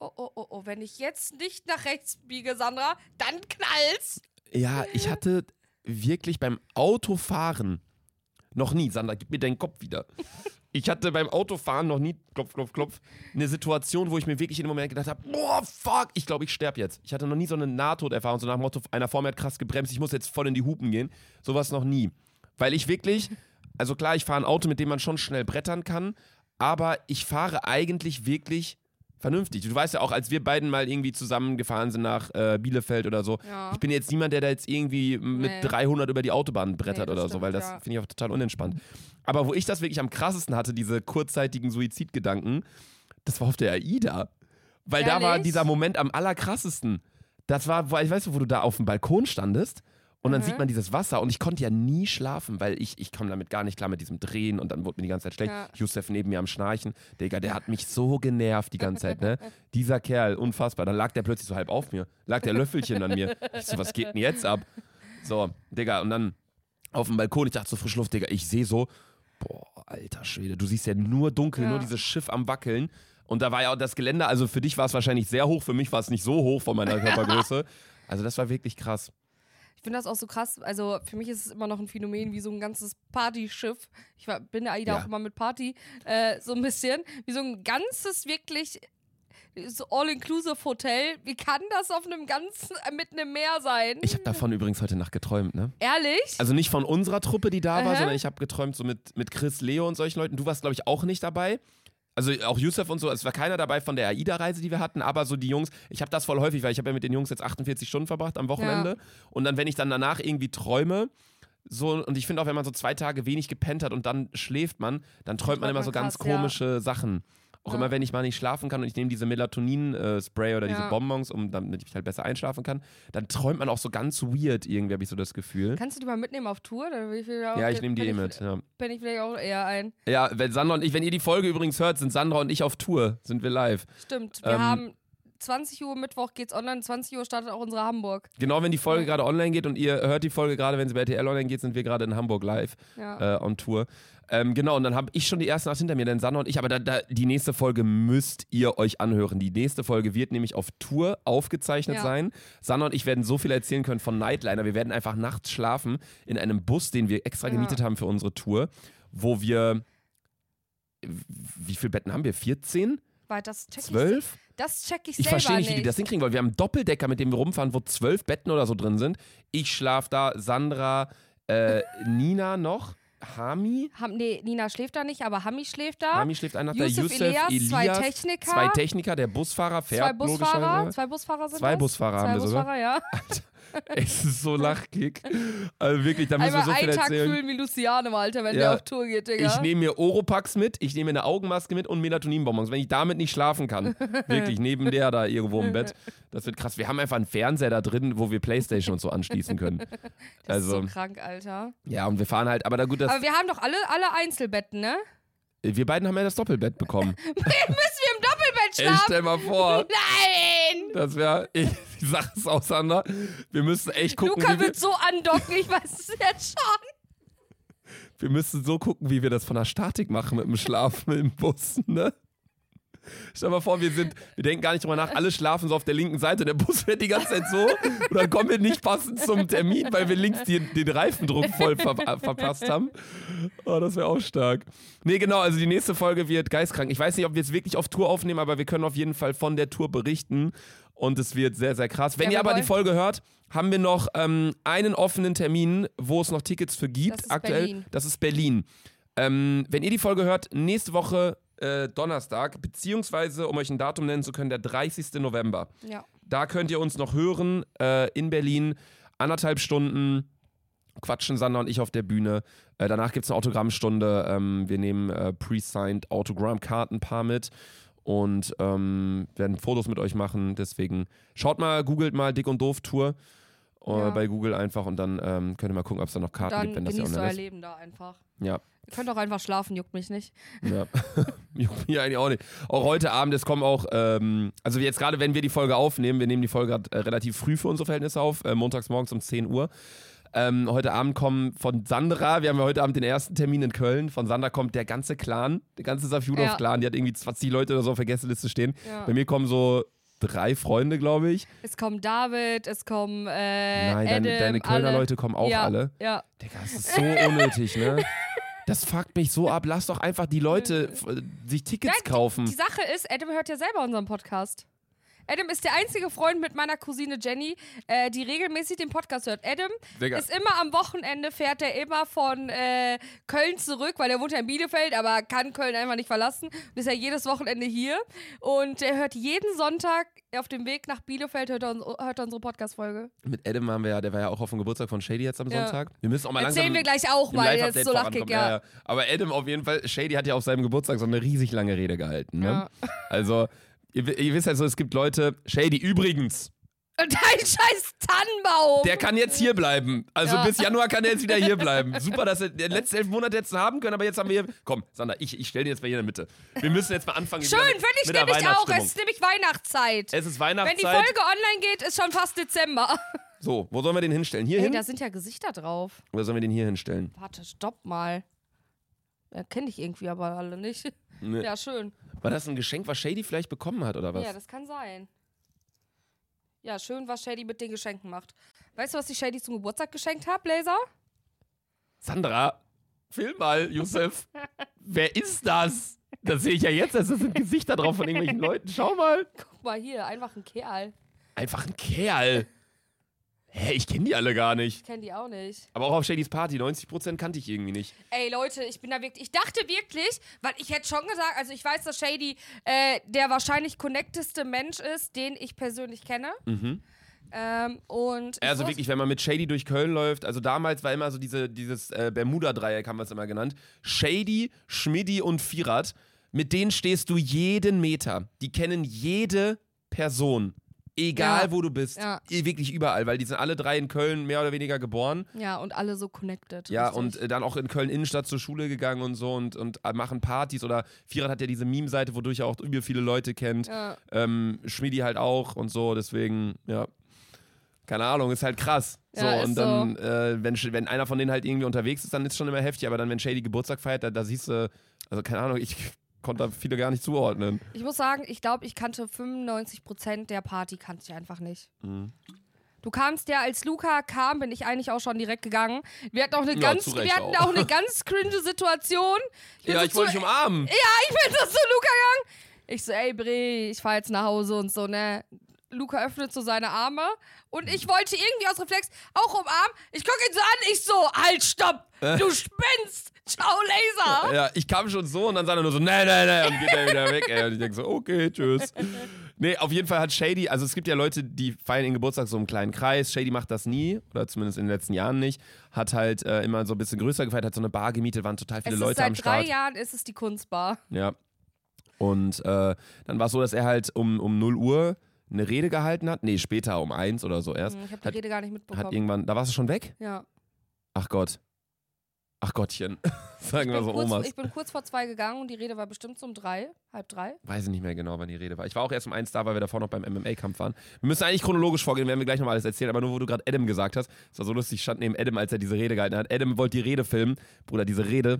[SPEAKER 2] oh, wenn ich jetzt nicht nach rechts biege, Sandra, dann knallt's.
[SPEAKER 1] Ja, ich hatte wirklich beim Autofahren noch nie, Sandra, gib mir deinen Kopf wieder. Ich hatte beim Autofahren noch nie, klopf, eine Situation, wo ich mir wirklich in dem Moment gedacht habe, boah, fuck, ich glaube, ich sterbe jetzt. Ich hatte noch nie so eine Nahtoderfahrung, so nach dem Motto, einer vor mir hat krass gebremst, ich muss jetzt voll in die Hupen gehen. Sowas noch nie. Weil ich wirklich, also klar, ich fahre ein Auto, mit dem man schon schnell brettern kann, aber ich fahre eigentlich wirklich vernünftig. Du weißt ja auch, als wir beiden mal irgendwie zusammengefahren sind nach Bielefeld oder so,
[SPEAKER 2] Ja.
[SPEAKER 1] ich bin jetzt niemand, der da jetzt irgendwie mit 300 über die Autobahn brettert
[SPEAKER 2] Nee, das
[SPEAKER 1] oder so,
[SPEAKER 2] stimmt,
[SPEAKER 1] weil das
[SPEAKER 2] ja.
[SPEAKER 1] finde ich auch total unentspannt. Aber wo ich das wirklich am krassesten hatte, diese kurzzeitigen Suizidgedanken, das war auf der AIDA. Weil da war
[SPEAKER 2] Ehrlich?
[SPEAKER 1] dieser Moment am allerkrassesten. Das war, ich weiß, wo du da auf dem Balkon standest und dann sieht man dieses Wasser und ich konnte ja nie schlafen, weil ich komme damit gar nicht klar mit diesem Drehen und dann wurde mir die ganze Zeit schlecht.
[SPEAKER 2] Ja.
[SPEAKER 1] Yusef neben mir am Schnarchen. Digga, der hat mich so genervt die ganze Zeit, ne? Dieser Kerl, unfassbar. Dann lag der plötzlich so halb auf mir, lag der Löffelchen an mir. Ich so, was geht denn jetzt ab? So, Digga, und dann auf dem Balkon, ich dachte so, frisch Luft, Digga, ich sehe so, boah, alter Schwede, du siehst ja nur dunkel,
[SPEAKER 2] Ja.
[SPEAKER 1] nur dieses Schiff am Wackeln. Und da war ja auch das Gelände, also für dich war es wahrscheinlich sehr hoch, für mich war es nicht so hoch von meiner Körpergröße. Also das war wirklich krass.
[SPEAKER 2] Ich finde das auch so krass. Also für mich ist es immer noch ein Phänomen wie so ein ganzes Partyschiff. Bin der AIDA
[SPEAKER 1] Ja.
[SPEAKER 2] auch immer mit Party, so ein bisschen. Wie so ein ganzes wirklich so All-Inclusive-Hotel. Wie kann das auf einem ganzen, mitten im Meer sein?
[SPEAKER 1] Ich habe davon übrigens heute Nacht geträumt, ne?
[SPEAKER 2] Ehrlich?
[SPEAKER 1] Also nicht von unserer Truppe, die da war,
[SPEAKER 2] Aha.
[SPEAKER 1] sondern ich habe geträumt so mit Chris, Leo und solchen Leuten. Du warst, glaube ich, auch nicht dabei. Also auch Yusuf und so, es war keiner dabei von der AIDA-Reise, die wir hatten, aber so die Jungs, ich habe das voll häufig, weil ich habe ja mit den Jungs jetzt 48 Stunden verbracht am Wochenende.
[SPEAKER 2] Ja.
[SPEAKER 1] Und dann, wenn ich dann danach irgendwie träume, so, und ich finde auch, wenn man so 2 Tage wenig gepennt hat und dann schläft man, dann träumt man immer so ganz
[SPEAKER 2] krass, ja.
[SPEAKER 1] komische Sachen. Auch immer, wenn ich mal nicht schlafen kann und ich nehme diese Melatonin-Spray oder diese
[SPEAKER 2] Ja.
[SPEAKER 1] Bonbons, damit ich halt besser einschlafen kann, dann träumt man auch so ganz weird irgendwie, habe ich so das Gefühl.
[SPEAKER 2] Kannst du die mal mitnehmen auf Tour?
[SPEAKER 1] Ja, ich nehme die mit. Ja.
[SPEAKER 2] Bin ich vielleicht auch eher ein.
[SPEAKER 1] Ja, wenn Sandra und ich, wenn ihr die Folge übrigens hört, sind Sandra und ich auf Tour, sind wir live.
[SPEAKER 2] Stimmt. Wir haben 20 Uhr Mittwoch geht's online, 20 Uhr startet auch unsere Hamburg.
[SPEAKER 1] Genau, wenn die Folge gerade online geht und ihr hört die Folge gerade, wenn sie bei RTL online geht, sind wir gerade in Hamburg live
[SPEAKER 2] Ja.
[SPEAKER 1] on Tour. Genau, und dann habe ich schon die erste Nacht hinter mir, denn Sandra und ich, aber die nächste Folge müsst ihr euch anhören. Die nächste Folge wird nämlich auf Tour aufgezeichnet sein. Sandra und ich werden so viel erzählen können von Nightliner. Wir werden einfach nachts schlafen in einem Bus, den wir extra gemietet haben für unsere Tour, wo wir, wie viele Betten haben wir? 14?
[SPEAKER 2] Weil das check
[SPEAKER 1] 12?
[SPEAKER 2] Das check ich
[SPEAKER 1] Ich
[SPEAKER 2] selber
[SPEAKER 1] verstehe nicht, wie die das hinkriegen wollen. Wir haben einen Doppeldecker, mit dem wir rumfahren, wo 12 Betten oder so drin sind. Ich schlafe da, Sandra, Nina noch, Hami.
[SPEAKER 2] Nina schläft da nicht, aber Hami schläft da.
[SPEAKER 1] Hami schläft ein nach der
[SPEAKER 2] Yusuf,
[SPEAKER 1] Yusuf,
[SPEAKER 2] Elias, zwei Techniker.
[SPEAKER 1] Der Busfahrer fährt
[SPEAKER 2] Zwei Busfahrer.
[SPEAKER 1] logischerweise.
[SPEAKER 2] Zwei Busfahrer sind
[SPEAKER 1] Zwei
[SPEAKER 2] das?
[SPEAKER 1] Busfahrer haben wir sogar.
[SPEAKER 2] Busfahrer, ja.
[SPEAKER 1] Es ist so lachkick. Also wirklich, da müssen wir
[SPEAKER 2] Einmal
[SPEAKER 1] so viel
[SPEAKER 2] einen Tag
[SPEAKER 1] erzählen.
[SPEAKER 2] fühlen wie Luciane, Alter, wenn
[SPEAKER 1] Ja.
[SPEAKER 2] der auf Tour geht, Digga.
[SPEAKER 1] Ich nehme mir Oropax mit, ich nehme mir eine Augenmaske mit und Melatoninbonbons, wenn ich damit nicht schlafen kann. Wirklich, neben der da irgendwo im Bett. Das wird krass. Wir haben einfach einen Fernseher da drin, wo wir Playstation und so anschließen können.
[SPEAKER 2] Das ist so krank, Alter.
[SPEAKER 1] Ja, und wir fahren halt, aber gut,
[SPEAKER 2] Aber wir haben doch alle Einzelbetten, ne?
[SPEAKER 1] wir beiden haben ja das Doppelbett bekommen.
[SPEAKER 2] Müssen wir im Doppelbett
[SPEAKER 1] Ey,
[SPEAKER 2] schlafen?
[SPEAKER 1] stell mal vor,
[SPEAKER 2] Nein!
[SPEAKER 1] das wäre, ich sag es auseinander, wir müssen echt gucken,
[SPEAKER 2] Luca
[SPEAKER 1] wie wir,
[SPEAKER 2] wird so andocken, ich weiß es jetzt schon.
[SPEAKER 1] Wir müssen so gucken, wie wir das von der Statik machen mit dem Schlafen im Bus, ne? Stell dir mal vor, wir denken gar nicht drüber nach, alle schlafen so auf der linken Seite und der Bus fährt die ganze Zeit so und dann kommen wir nicht passend zum Termin, weil wir links den Reifendruck voll verpasst haben. Oh, das wäre auch stark. Nee, genau, also die nächste Folge wird geistkrank. Ich weiß nicht, ob wir es wirklich auf Tour aufnehmen, aber wir können auf jeden Fall von der Tour berichten und es wird sehr, sehr krass. Wenn ihr aber die Folge hört, haben wir noch einen offenen Termin, wo es noch Tickets für gibt.
[SPEAKER 2] Das ist
[SPEAKER 1] aktuell.
[SPEAKER 2] Berlin.
[SPEAKER 1] Das ist Berlin. Wenn ihr die Folge hört, nächste Woche Donnerstag, beziehungsweise, um euch ein Datum nennen zu können, der 30. November.
[SPEAKER 2] Ja.
[SPEAKER 1] Da könnt ihr uns noch hören in Berlin. 1,5 Stunden quatschen Sander und ich auf der Bühne. Danach gibt es eine Autogrammstunde. Wir nehmen pre-signed Autogrammkarten ein paar mit und werden Fotos mit euch machen. Deswegen schaut mal, googelt mal Dick und Doof Tour bei Google einfach und dann könnt ihr mal gucken, ob es da noch Karten gibt, wenn das ja
[SPEAKER 2] genießt
[SPEAKER 1] online
[SPEAKER 2] euer
[SPEAKER 1] ist.
[SPEAKER 2] Leben da einfach.
[SPEAKER 1] Ja.
[SPEAKER 2] Ihr könnt auch einfach schlafen, juckt mich nicht.
[SPEAKER 1] Ja, juckt mich eigentlich auch nicht. Auch heute Abend, es kommen auch, also jetzt gerade, wenn wir die Folge aufnehmen, wir nehmen die Folge relativ früh für unsere Verhältnisse auf, montags morgens um 10 Uhr. Heute Abend kommen von Sandra, wir haben ja heute Abend den ersten Termin in Köln, von Sandra kommt der ganze Clan, der ganze Safjudov-Clan, die hat irgendwie 20 Leute oder so auf der Gästeliste stehen.
[SPEAKER 2] Ja.
[SPEAKER 1] Bei mir kommen so 3 Freunde, glaube ich.
[SPEAKER 2] Es kommt David, es kommen
[SPEAKER 1] Nein,
[SPEAKER 2] Adam,
[SPEAKER 1] deine Kölner
[SPEAKER 2] alle.
[SPEAKER 1] Leute kommen auch alle.
[SPEAKER 2] Ja.
[SPEAKER 1] Digga, das ist so unnötig, ne? Das fuckt mich so ab. Lass doch einfach die Leute sich Tickets kaufen.
[SPEAKER 2] Die Sache ist, Adam hört ja selber unseren Podcast. Adam ist der einzige Freund mit meiner Cousine Jenny, die regelmäßig den Podcast hört. Adam ist immer am Wochenende, fährt er immer von Köln zurück, weil er wohnt ja in Bielefeld, aber kann Köln einfach nicht verlassen. Und ist ja jedes Wochenende hier. Und er hört jeden Sonntag auf dem Weg nach Bielefeld, hört er unsere Podcast-Folge.
[SPEAKER 1] Mit Adam waren wir ja, der war ja auch auf dem Geburtstag von Shady jetzt am Sonntag. Wir müssen auch mal
[SPEAKER 2] Erzählen wir gleich auch mal, jetzt so lachig, ja.
[SPEAKER 1] Aber Adam auf jeden Fall, Shady hat ja auf seinem Geburtstag so eine riesig lange Rede gehalten. Ne? Ja. Also, ihr wisst ja so, es gibt Leute, Shady übrigens.
[SPEAKER 2] Und dein scheiß Tannenbaum.
[SPEAKER 1] Der kann jetzt hier bleiben. Also bis Januar kann er jetzt wieder hier bleiben. Super, dass wir die letzten 11 Monate jetzt haben können, aber jetzt haben wir hier... Komm, Sander, ich stelle den jetzt mal hier in der Mitte. Wir müssen jetzt mal anfangen.
[SPEAKER 2] Schön, finde ich nämlich auch. Es ist nämlich Weihnachtszeit.
[SPEAKER 1] Es ist Weihnachtszeit.
[SPEAKER 2] Wenn die Folge online geht, ist schon fast Dezember.
[SPEAKER 1] So, wo sollen wir den hinstellen? Hier hin?
[SPEAKER 2] Da sind ja Gesichter drauf.
[SPEAKER 1] Oder sollen wir den hier hinstellen?
[SPEAKER 2] Warte, stopp mal. Kenne ich irgendwie aber alle nicht. Nee. Ja, schön.
[SPEAKER 1] War das ein Geschenk, was Shady vielleicht bekommen hat, oder was?
[SPEAKER 2] Ja, das kann sein. Ja, schön, was Shady mit den Geschenken macht. Weißt du, was ich Shady zum Geburtstag geschenkt habe, Laser?
[SPEAKER 1] Sandra, film mal, Yusuf. Wer ist das? Das sehe ich ja jetzt, das sind Gesichter drauf von irgendwelchen Leuten. Schau mal.
[SPEAKER 2] Guck mal hier, einfach ein Kerl.
[SPEAKER 1] Einfach ein Kerl? Hä, ich kenne die alle gar nicht.
[SPEAKER 2] Ich kenne die auch nicht.
[SPEAKER 1] Aber auch auf Shadys Party, 90% kannte ich irgendwie nicht.
[SPEAKER 2] Ey, Leute, ich dachte wirklich, weil ich hätte schon gesagt, also ich weiß, dass Shady der wahrscheinlich connecteste Mensch ist, den ich persönlich kenne.
[SPEAKER 1] Mhm.
[SPEAKER 2] Und
[SPEAKER 1] also wirklich, wenn man mit Shady durch Köln läuft, also damals war immer so dieses Bermuda-Dreieck, haben wir es immer genannt. Shady, Schmiddi und Firat, mit denen stehst du jeden Meter. Die kennen jede Person. Egal, wo du bist. Ja. Wirklich überall, weil die sind alle 3 in Köln mehr oder weniger geboren.
[SPEAKER 2] Ja, und alle so connected.
[SPEAKER 1] Ja,
[SPEAKER 2] richtig.
[SPEAKER 1] Und dann auch in Köln-Innenstadt zur Schule gegangen und so und machen Partys. Oder Firat hat ja diese Meme-Seite, wodurch er auch übel viele Leute kennt. Ja. Schmidi halt auch und so, deswegen, ja. Keine Ahnung, ist halt krass.
[SPEAKER 2] Ja,
[SPEAKER 1] so, und dann, wenn einer von denen halt irgendwie unterwegs ist, dann ist es schon immer heftig. Aber dann, wenn Shady Geburtstag feiert, da siehst du, also keine Ahnung, ich konnte da viele gar nicht zuordnen.
[SPEAKER 2] Ich muss sagen, ich glaube, ich kannte 95% der Party, kannte ich einfach nicht. Mhm. Du kamst ja, als Luca kam, bin ich eigentlich auch schon direkt gegangen. Wir hatten auch eine ganz cringe Situation.
[SPEAKER 1] Ich wollte dich umarmen.
[SPEAKER 2] Ja, ich bin so zu Luca gegangen. Ich so, ey Bre, ich fahr jetzt nach Hause und so, ne. Luca öffnet so seine Arme und ich wollte irgendwie aus Reflex auch umarmen. Ich gucke ihn so an, ich so, halt, stopp, du spinnst. Ciao, Laser.
[SPEAKER 1] Ja, ich kam schon so und dann sagt er nur so, nee, und geht er wieder weg. Ey. Und ich denke so, okay, tschüss. Nee, auf jeden Fall hat Shady, also es gibt ja Leute, die feiern ihren Geburtstag so im kleinen Kreis. Shady macht das nie, oder zumindest in den letzten Jahren nicht. Hat halt immer so ein bisschen größer gefeiert, hat so eine Bar gemietet, waren total viele Leute am Start.
[SPEAKER 2] Seit 3 Jahren ist es die Kunstbar.
[SPEAKER 1] Ja. Und dann war es so, dass er halt um 0 Uhr eine Rede gehalten hat. Nee, später um 1 oder so erst.
[SPEAKER 2] Ich habe die Rede gar nicht mitbekommen.
[SPEAKER 1] Hat irgendwann, da warst du schon weg?
[SPEAKER 2] Ja.
[SPEAKER 1] Ach Gott. Ach Gottchen, sagen wir so Omas.
[SPEAKER 2] Ich bin kurz vor 2 gegangen und die Rede war bestimmt so um 3, halb 3.
[SPEAKER 1] Weiß ich nicht mehr genau, wann die Rede war. Ich war auch erst um 1 da, weil wir davor noch beim MMA-Kampf waren. Wir müssen eigentlich chronologisch vorgehen, werden wir gleich nochmal alles erzählen, aber nur, wo du gerade Adam gesagt hast, es war so lustig, ich stand neben Adam, als er diese Rede gehalten hat. Adam wollte die Rede filmen. Bruder, diese Rede,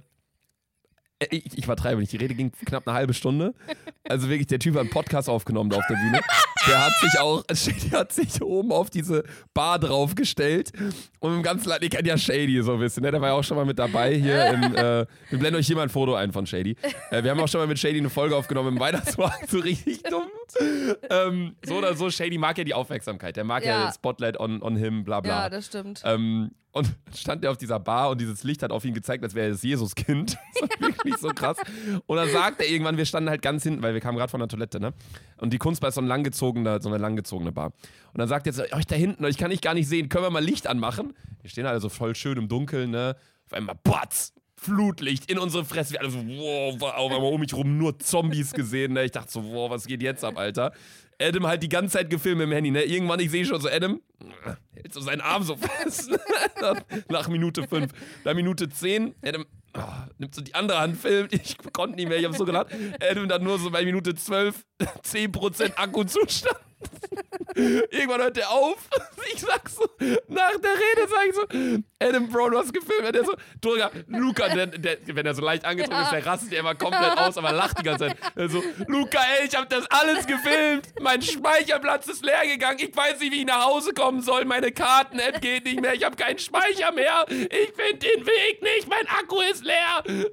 [SPEAKER 1] ich übertreibe nicht, die Rede ging knapp eine halbe Stunde. Also wirklich, der Typ hat einen Podcast aufgenommen da auf der Bühne. Der hat sich oben auf diese Bar draufgestellt und im ganzen Land, ich kenne ja Shady so ein bisschen, ne? Der war ja auch schon mal mit dabei hier. Wir blenden euch hier mal ein Foto ein von Shady. Wir haben auch schon mal mit Shady eine Folge aufgenommen im Weihnachtsmarkt, so richtig dumm. So oder so, Shady mag ja die Aufmerksamkeit, der mag ja Spotlight on him, bla bla.
[SPEAKER 2] Ja, das stimmt.
[SPEAKER 1] Und stand er auf dieser Bar und dieses Licht hat auf ihn gezeigt, als wäre er das Jesuskind. Das war wirklich so krass. Und dann sagt er irgendwann, wir standen halt ganz hinten, weil wir kamen gerade von der Toilette, ne? Und die Kunstbar ist so eine langgezogene Bar. Und dann sagt er jetzt, euch da hinten, euch kann ich gar nicht sehen, können wir mal Licht anmachen? Wir stehen alle so voll schön im Dunkeln, ne? Auf einmal, Batz! Flutlicht in unsere Fresse. Wir alle so, wow, auf einmal um mich rum nur Zombies gesehen, ne? Ich dachte so, wow, was geht jetzt ab, Alter? Adam halt die ganze Zeit gefilmt mit dem Handy, ne? Irgendwann, ich sehe schon so, Adam hält so seinen Arm so fest. Nach Minute 5. Nach Minute 10, Adam nimmt so die andere Hand, filmt. Ich konnte nicht mehr, ich habe so gelacht. Adam dann nur so bei Minute 12, 10% Akkuzustand. Irgendwann hört der auf. Ich sag so, nach der Rede sag ich so, Adam, Bro, du hast gefilmt. Der so, Luca, wenn er so leicht angetrunken ist, der rastet ja immer komplett aus, aber lacht die ganze Zeit. Der so, Luca, ey, ich hab das alles gefilmt. Mein Speicherplatz ist leer gegangen. Ich weiß nicht, wie ich nach Hause kommen soll. Meine Karten-App geht nicht mehr. Ich habe keinen Speicher mehr. Ich finde den Weg nicht. Mein Akku ist leer.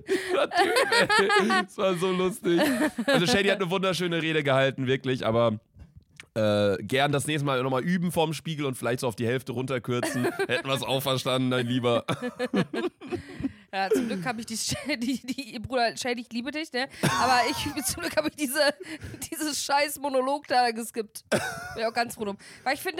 [SPEAKER 1] Das war so lustig. Also Shady hat eine wunderschöne Rede gehalten, wirklich, aber gern das nächste Mal nochmal üben vorm Spiegel und vielleicht so auf die Hälfte runterkürzen. Hätten wir es auch verstanden, dein Lieber.
[SPEAKER 2] Ja, zum Glück habe ich die Bruder, Shady, ich liebe dich, ne? Aber zum Glück habe ich dieses scheiß Monolog da geskippt. Bin auch ganz froh drum. Weil ich finde,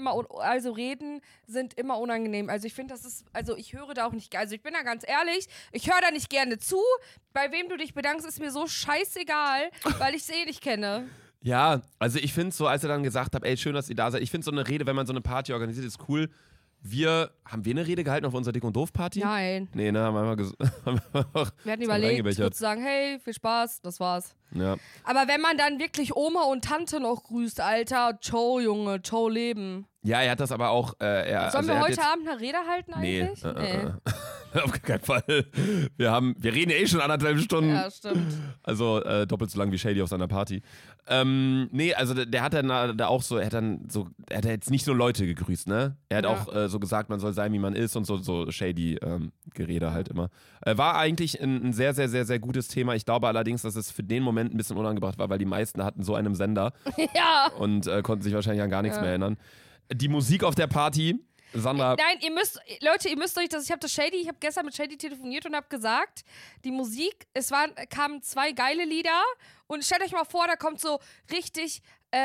[SPEAKER 2] Reden sind immer unangenehm. Also ich finde, ich höre da auch nicht, also ich bin da ganz ehrlich, ich höre da nicht gerne zu. Bei wem du dich bedankst, ist mir so scheißegal, weil ich es eh nicht kenne.
[SPEAKER 1] Ja, also ich finde so, als er dann gesagt hat, ey, schön, dass ihr da seid. Ich finde so eine Rede, wenn man so eine Party organisiert, ist cool. Haben wir eine Rede gehalten auf unserer Dick- und Doof-Party?
[SPEAKER 2] Nein.
[SPEAKER 1] Nee, ne, haben wir
[SPEAKER 2] wir hatten überlegt, kurz zu sagen, hey, viel Spaß, das war's.
[SPEAKER 1] Ja.
[SPEAKER 2] Aber wenn man dann wirklich Oma und Tante noch grüßt, Alter, ciao, Junge, ciao, Leben.
[SPEAKER 1] Ja, er hat das aber auch.
[SPEAKER 2] Sollen wir heute Abend eine Rede halten eigentlich?
[SPEAKER 1] Nee. Auf gar keinen Fall. Wir reden ja eh schon 1,5 Stunden.
[SPEAKER 2] Ja, stimmt.
[SPEAKER 1] Also doppelt so lang wie Shady auf seiner Party. Nee, also der hat dann da auch so, er hat jetzt nicht so Leute gegrüßt, ne? Er hat auch so gesagt, man soll sein, wie man ist und so Shady Gerede halt immer. War eigentlich ein sehr, sehr, sehr, sehr gutes Thema. Ich glaube allerdings, dass es für den Moment ein bisschen unangebracht war, weil die meisten hatten so einen Sender.
[SPEAKER 2] Ja.
[SPEAKER 1] Und konnten sich wahrscheinlich an gar nichts mehr erinnern. Die Musik auf der Party, Sandra.
[SPEAKER 2] Nein, ihr müsst euch ich habe gestern mit Shady telefoniert und habe gesagt, die Musik, kamen 2 geile Lieder und stellt euch mal vor, da kommt so richtig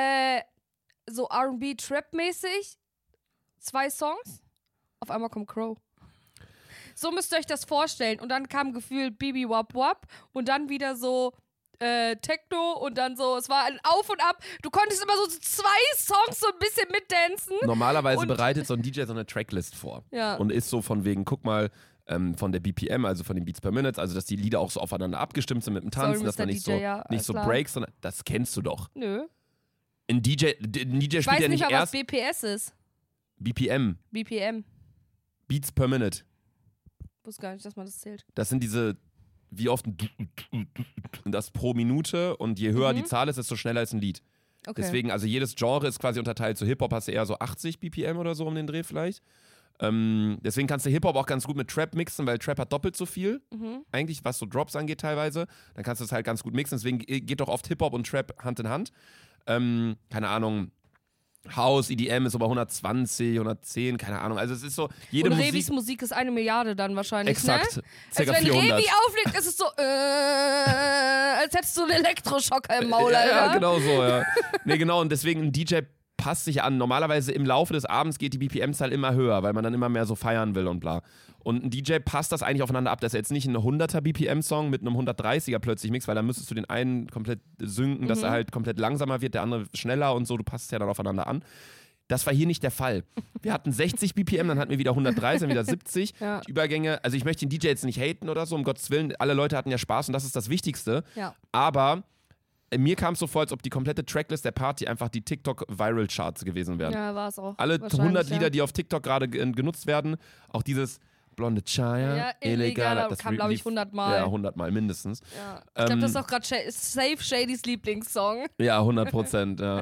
[SPEAKER 2] so R&B-Trap-mäßig 2 Songs, auf einmal kommt Crow. So müsst ihr euch das vorstellen und dann kam gefühlt Bibi Wap Wap und dann wieder so Techno und dann so, es war ein Auf und Ab. Du konntest immer so 2 Songs so ein bisschen mitdancen.
[SPEAKER 1] Normalerweise bereitet so ein DJ so eine Tracklist vor.
[SPEAKER 2] Ja.
[SPEAKER 1] Und ist so von wegen, guck mal, von der BPM, also von den Beats per Minute, also dass die Lieder auch so aufeinander abgestimmt sind mit dem Tanzen, dass da nicht so Breaks, sondern das kennst du doch.
[SPEAKER 2] Nö.
[SPEAKER 1] Ein DJ spielt ja nicht
[SPEAKER 2] erst...
[SPEAKER 1] was
[SPEAKER 2] BPS ist.
[SPEAKER 1] BPM. Beats per Minute.
[SPEAKER 2] Ich wusste gar nicht, dass man das zählt.
[SPEAKER 1] Das sind diese... Wie oft das pro Minute und je höher die Zahl ist, desto schneller ist ein Lied. Okay. Deswegen, also jedes Genre ist quasi unterteilt. So Hip-Hop hast du eher so 80 BPM oder so um den Dreh vielleicht. Deswegen kannst du Hip-Hop auch ganz gut mit Trap mixen, weil Trap hat doppelt so viel, eigentlich, was so Drops angeht teilweise. Dann kannst du es halt ganz gut mixen. Deswegen geht doch oft Hip-Hop und Trap Hand in Hand. Keine Ahnung, House, EDM ist aber 120, 110, keine Ahnung. Also es ist so, jede
[SPEAKER 2] und
[SPEAKER 1] Musik...
[SPEAKER 2] Revis Musik ist 1 Milliarde dann wahrscheinlich,
[SPEAKER 1] exakt,
[SPEAKER 2] ne?
[SPEAKER 1] circa
[SPEAKER 2] also wenn
[SPEAKER 1] 400.
[SPEAKER 2] Revi auflegt, ist es so, als hättest du einen Elektroschocker im Maul, Alter.
[SPEAKER 1] Ja, genau so, ja. Nee, genau, und deswegen ein DJ passt sich an. Normalerweise im Laufe des Abends geht die BPM-Zahl immer höher, weil man dann immer mehr so feiern will und bla. Und ein DJ passt das eigentlich aufeinander ab, dass er jetzt nicht einen 100er BPM-Song mit einem 130er plötzlich mixt, weil dann müsstest du den einen komplett synken, dass er halt komplett langsamer wird, der andere schneller und so, du passt es ja dann aufeinander an. Das war hier nicht der Fall. Wir hatten 60 BPM, dann hatten wir wieder 130, dann wieder 70.
[SPEAKER 2] Ja.
[SPEAKER 1] Die Übergänge, also ich möchte den DJ jetzt nicht haten oder so, um Gottes Willen. Alle Leute hatten ja Spaß und das ist das Wichtigste.
[SPEAKER 2] Ja.
[SPEAKER 1] Aber mir kam es so vor, als ob die komplette Tracklist der Party einfach die TikTok-Viral-Charts gewesen wären.
[SPEAKER 2] Ja, war es auch.
[SPEAKER 1] Alle 100 Lieder, die auf TikTok gerade genutzt werden, auch dieses blonde Chaya,
[SPEAKER 2] Ja,
[SPEAKER 1] illegaler,
[SPEAKER 2] das kam, glaube ich, 100 Mal.
[SPEAKER 1] Ja, 100 Mal mindestens.
[SPEAKER 2] Ja. Ich glaube, das ist auch gerade Safe Shadys Lieblingssong.
[SPEAKER 1] Ja, 100%, ja.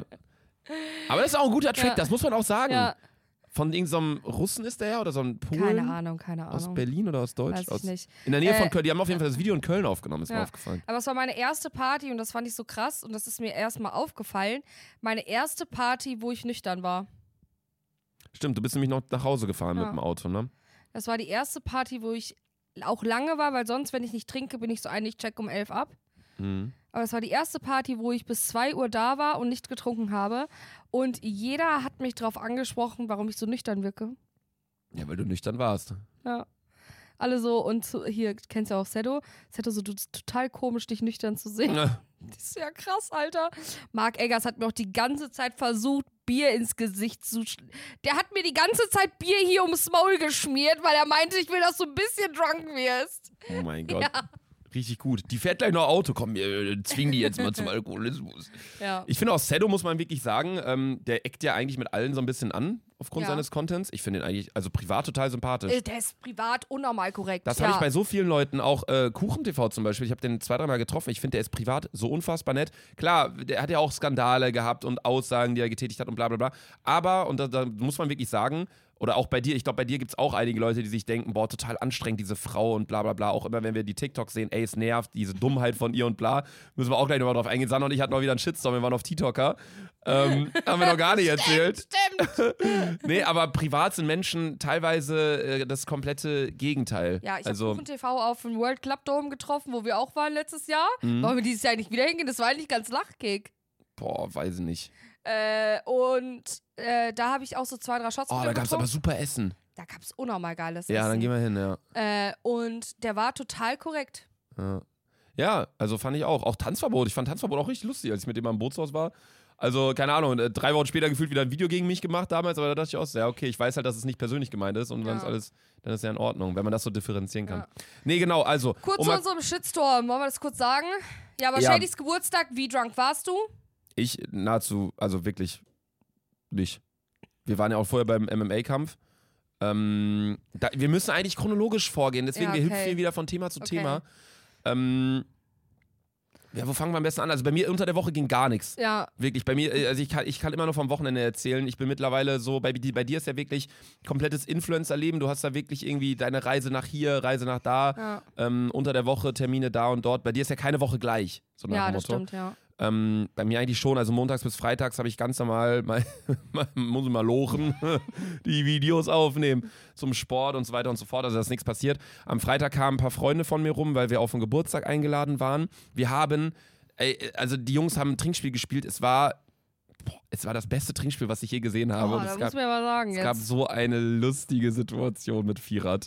[SPEAKER 1] Aber das ist auch ein guter Track, das muss man auch sagen.
[SPEAKER 2] Ja.
[SPEAKER 1] Von irgendeinem Russen ist der ja oder so ein Polen?
[SPEAKER 2] Keine Ahnung.
[SPEAKER 1] Aus Berlin oder aus Deutschland?
[SPEAKER 2] Weiß ich nicht.
[SPEAKER 1] In der Nähe von Köln. Die haben auf jeden Fall das Video in Köln aufgenommen, ist mir
[SPEAKER 2] Ja.
[SPEAKER 1] aufgefallen.
[SPEAKER 2] Aber es war meine erste Party und das fand ich so krass und das ist mir erstmal aufgefallen. Meine erste Party, wo ich nüchtern war.
[SPEAKER 1] Stimmt, du bist nämlich noch nach Hause gefahren mit dem Auto, ne?
[SPEAKER 2] Das war die erste Party, wo ich auch lange war, weil sonst, wenn ich nicht trinke, bin ich so ich check um 11 ab.
[SPEAKER 1] Mhm.
[SPEAKER 2] Aber es war die erste Party, wo ich bis 2 Uhr da war und nicht getrunken habe. Und jeder hat mich darauf angesprochen, warum ich so nüchtern wirke.
[SPEAKER 1] Ja, weil du nüchtern warst.
[SPEAKER 2] Ja. Alle so, und hier, kennst du ja auch Sedo. Sedo, so total komisch, dich nüchtern zu sehen.
[SPEAKER 1] Ja.
[SPEAKER 2] Das ist ja krass, Alter. Marc Eggers hat mir auch die ganze Zeit versucht, Bier ins Gesicht zu... Der hat mir die ganze Zeit Bier hier ums Maul geschmiert, weil er meinte, ich will, dass du ein bisschen drunk wirst.
[SPEAKER 1] Oh mein Gott.
[SPEAKER 2] Ja.
[SPEAKER 1] Richtig gut. Die fährt gleich noch Auto. Komm, wir zwingen die jetzt mal zum Alkoholismus.
[SPEAKER 2] Ja.
[SPEAKER 1] Ich finde auch Sedo, muss man wirklich sagen, der eckt ja eigentlich mit allen so ein bisschen an, aufgrund seines Contents. Ich finde ihn eigentlich, also privat total sympathisch.
[SPEAKER 2] Der ist privat unnormal korrekt.
[SPEAKER 1] Das habe ich bei so vielen Leuten, auch KuchenTV zum Beispiel, ich habe den 2-3 Mal getroffen, ich finde, der ist privat so unfassbar nett. Klar, der hat ja auch Skandale gehabt und Aussagen, die er getätigt hat und bla bla bla. Aber, und da muss man wirklich sagen, oder auch bei dir, ich glaube, bei dir gibt es auch einige Leute, die sich denken, boah, total anstrengend, diese Frau und bla bla bla. Auch immer, wenn wir die TikToks sehen, ey, es nervt, diese Dummheit von ihr und bla. Müssen wir auch gleich nochmal drauf eingehen. Sanna und ich hatten mal wieder einen Shitstorm, wir waren auf TikToker. Haben wir noch gar nicht erzählt.
[SPEAKER 2] Stimmt.
[SPEAKER 1] Nee, aber privat sind Menschen teilweise das komplette Gegenteil.
[SPEAKER 2] Ja, ich habe KuchenTV auf dem World Club Dome getroffen, wo wir auch waren letztes Jahr. Wollen wir dieses Jahr nicht wieder hingehen? Das war eigentlich ganz lachkick.
[SPEAKER 1] Boah, weiß ich nicht.
[SPEAKER 2] Da habe ich auch so 2, 3 Shots
[SPEAKER 1] da gab es aber super Essen.
[SPEAKER 2] Da gab es unnormal geiles
[SPEAKER 1] Ja,
[SPEAKER 2] Essen.
[SPEAKER 1] dann gehen wir hin, ja.
[SPEAKER 2] Und der war total korrekt.
[SPEAKER 1] Ja, also fand ich auch. Auch Tanzverbot. Ich fand Tanzverbot auch richtig lustig, als ich mit dem am Bootshaus war. Also, keine Ahnung, 3 Wochen später gefühlt wieder ein Video gegen mich gemacht damals, aber da dachte ich auch, ja, okay, ich weiß halt, dass es nicht persönlich gemeint ist und dann ist alles, dann ist ja in Ordnung, wenn man das so differenzieren kann. Ja. Nee, genau, also.
[SPEAKER 2] Kurz zu unserem Shitstorm, wollen wir das kurz sagen? Ja, aber Shadys Geburtstag, wie drunk warst du?
[SPEAKER 1] Ich nahezu, also wirklich nicht. Wir waren ja auch vorher beim MMA-Kampf. Wir müssen eigentlich chronologisch vorgehen, deswegen wir hüpfen hier wieder von Thema zu Thema. Ja, wo fangen wir am besten an? Also bei mir unter der Woche ging gar nichts. Ja. Wirklich, bei mir, also ich kann immer nur vom Wochenende erzählen. Ich bin mittlerweile so, bei dir ist ja wirklich komplettes Influencer-Leben. Du hast da wirklich irgendwie deine Reise nach hier, Reise nach da, unter der Woche Termine da und dort. Bei dir ist ja keine Woche gleich, so nach dem Motto.
[SPEAKER 2] Ja, das stimmt, ja.
[SPEAKER 1] Bei mir eigentlich schon, also montags bis freitags habe ich ganz normal, muss ich mal lochen, die Videos aufnehmen zum Sport und so weiter und so fort, also da ist nichts passiert. Am Freitag kamen ein paar Freunde von mir rum, weil wir auf einen Geburtstag eingeladen waren. Wir haben, also die Jungs haben ein Trinkspiel gespielt, es war das beste Trinkspiel, was ich je gesehen habe.
[SPEAKER 2] Da muss mir mal sagen
[SPEAKER 1] es gab so eine lustige Situation mit Firat.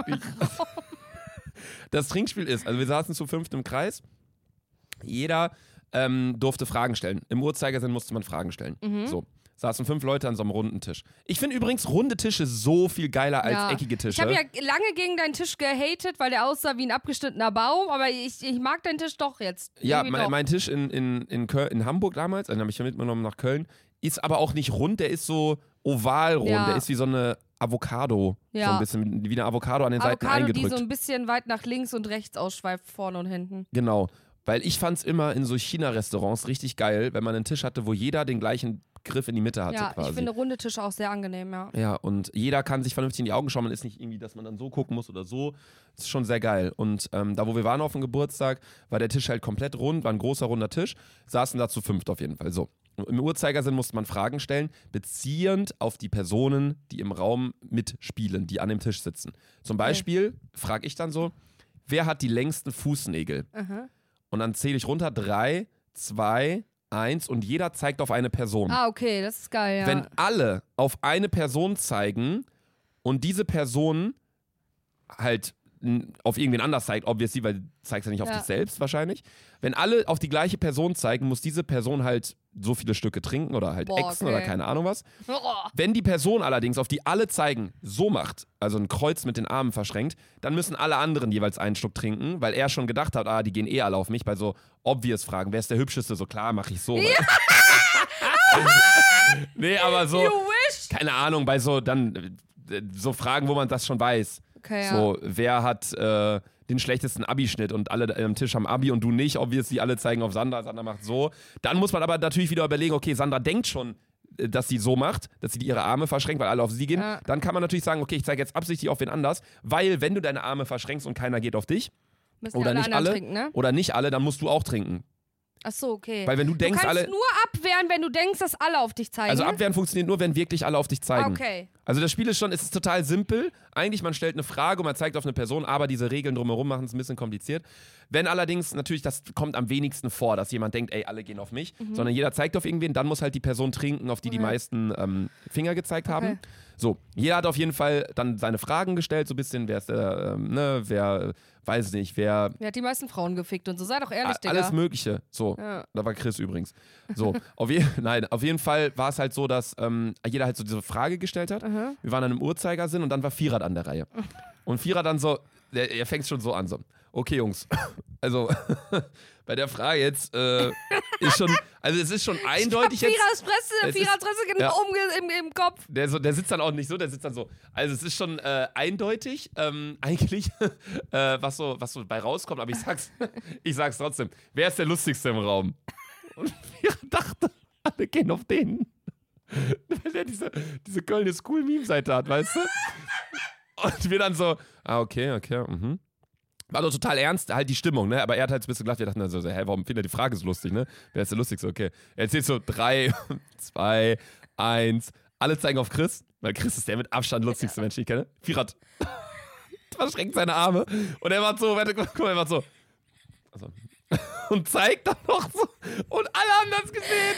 [SPEAKER 1] Das Trinkspiel ist, also wir saßen zu 5 im Kreis, jeder durfte Fragen stellen. Im Uhrzeigersinn musste man Fragen stellen. So. Saßen 5 Leute an so einem runden Tisch. Ich finde übrigens runde Tische so viel geiler als eckige Tische.
[SPEAKER 2] Ich habe ja lange gegen deinen Tisch gehatet, weil der aussah wie ein abgeschnittener Baum, aber ich mag deinen Tisch doch jetzt.
[SPEAKER 1] Ja, mein Tisch in Hamburg damals, den habe ich mitgenommen nach Köln, ist aber auch nicht rund, der ist so oval rund, der ist wie so eine Avocado, so ein bisschen wie eine Avocado an den Seiten eingedrückt.
[SPEAKER 2] Die so ein bisschen weit nach links und rechts ausschweift, vorne und hinten.
[SPEAKER 1] Genau. Weil ich fand es immer in so China-Restaurants richtig geil, wenn man einen Tisch hatte, wo jeder den gleichen Griff in die Mitte hatte quasi.
[SPEAKER 2] Ich finde runde Tische auch sehr angenehm, ja.
[SPEAKER 1] Ja, und jeder kann sich vernünftig in die Augen schauen. Man ist nicht irgendwie, dass man dann so gucken muss oder so. Das ist schon sehr geil. Und da, wo wir waren auf dem Geburtstag, war der Tisch halt komplett rund, war ein großer, runder Tisch. Saßen da zu 5 auf jeden Fall. So. Im Uhrzeigersinn musste man Fragen stellen, beziehend auf die Personen, die im Raum mitspielen, die an dem Tisch sitzen. Zum Beispiel frage ich dann so, wer hat die längsten Fußnägel? Und dann zähle ich runter, 3, 2, 1 und jeder zeigt auf eine Person.
[SPEAKER 2] Ah, okay, das ist geil, ja.
[SPEAKER 1] Wenn alle auf eine Person zeigen und diese Person halt auf irgendwen anders zeigt, obviously, weil du zeigst ja nicht auf dich selbst wahrscheinlich. Wenn alle auf die gleiche Person zeigen, muss diese Person halt so viele Stücke trinken oder halt exen oder keine Ahnung was. Wenn die Person allerdings, auf die alle zeigen, so macht, also ein Kreuz mit den Armen verschränkt, dann müssen alle anderen jeweils einen Schluck trinken, weil er schon gedacht hat, die gehen eh alle auf mich, bei so obvious Fragen. Wer ist der Hübscheste? So klar, mache ich so. Ja. Nee, aber so, keine Ahnung, bei so dann so Fragen, wo man das schon weiß.
[SPEAKER 2] Okay,
[SPEAKER 1] so, wer hat den schlechtesten Abi-Schnitt und alle am Tisch haben Abi und du nicht, obviously alle zeigen auf Sandra, Sandra macht so. Dann muss man aber natürlich wieder überlegen, okay, Sandra denkt schon, dass sie so macht, dass sie ihre Arme verschränkt, weil alle auf sie gehen. Ja. Dann kann man natürlich sagen, okay, ich zeige jetzt absichtlich auf wen anders, weil wenn du deine Arme verschränkst und keiner geht auf dich,
[SPEAKER 2] müssen
[SPEAKER 1] oder nicht alle,
[SPEAKER 2] trinken, ne?
[SPEAKER 1] oder nicht alle, dann musst du auch trinken.
[SPEAKER 2] Ach so, okay.
[SPEAKER 1] Weil wenn du denkst,
[SPEAKER 2] kannst
[SPEAKER 1] alle
[SPEAKER 2] nur abwehren, wenn du denkst, dass alle auf dich zeigen.
[SPEAKER 1] Also abwehren funktioniert nur, wenn wirklich alle auf dich zeigen.
[SPEAKER 2] Okay.
[SPEAKER 1] Also das Spiel ist es ist total simpel. Eigentlich, man stellt eine Frage und man zeigt auf eine Person, aber diese Regeln drumherum machen es ein bisschen kompliziert. Wenn allerdings, natürlich, das kommt am wenigsten vor, dass jemand denkt, ey, alle gehen auf mich, sondern jeder zeigt auf irgendwen, dann muss halt die Person trinken, auf die die meisten Finger gezeigt haben. So, jeder hat auf jeden Fall dann seine Fragen gestellt, so ein bisschen, wer ist der, wer, weiß nicht, wer
[SPEAKER 2] hat die meisten Frauen gefickt und so, sei doch ehrlich, Digga.
[SPEAKER 1] Alles Mögliche, so, da war Chris übrigens. So, auf jeden Fall war es halt so, dass jeder halt so diese Frage gestellt hat. Wir waren dann im Uhrzeigersinn und dann war Firat an der Reihe. Und Firat dann so, er fängt schon so an, so, okay Jungs, also bei der Frage jetzt ist schon, also es ist schon eindeutig jetzt.
[SPEAKER 2] Firats Fresse genau im Kopf.
[SPEAKER 1] Der sitzt dann auch nicht so, der sitzt dann so. Also es ist schon eindeutig, eigentlich, was so bei rauskommt, aber ich sag's trotzdem. Wer ist der Lustigste im Raum? Und Firat dachte, alle gehen auf den. Weil der diese Köln ist cool Meme-Seite hat, weißt du? Und wir dann so, okay, War doch total ernst, halt die Stimmung, ne? Aber er hat halt ein bisschen gelacht. Wir dachten dann so, warum findet er die Frage so lustig, ne? Wer ist der Lustigste? Okay. Er erzählt so 3, 2, 1. Alle zeigen auf Chris, weil Chris ist der mit Abstand lustigste Mensch, den ich kenne. Firat verschränkt seine Arme und er macht so, guck mal, er macht so. Also, und zeigt dann noch so. Und alle haben das gesehen.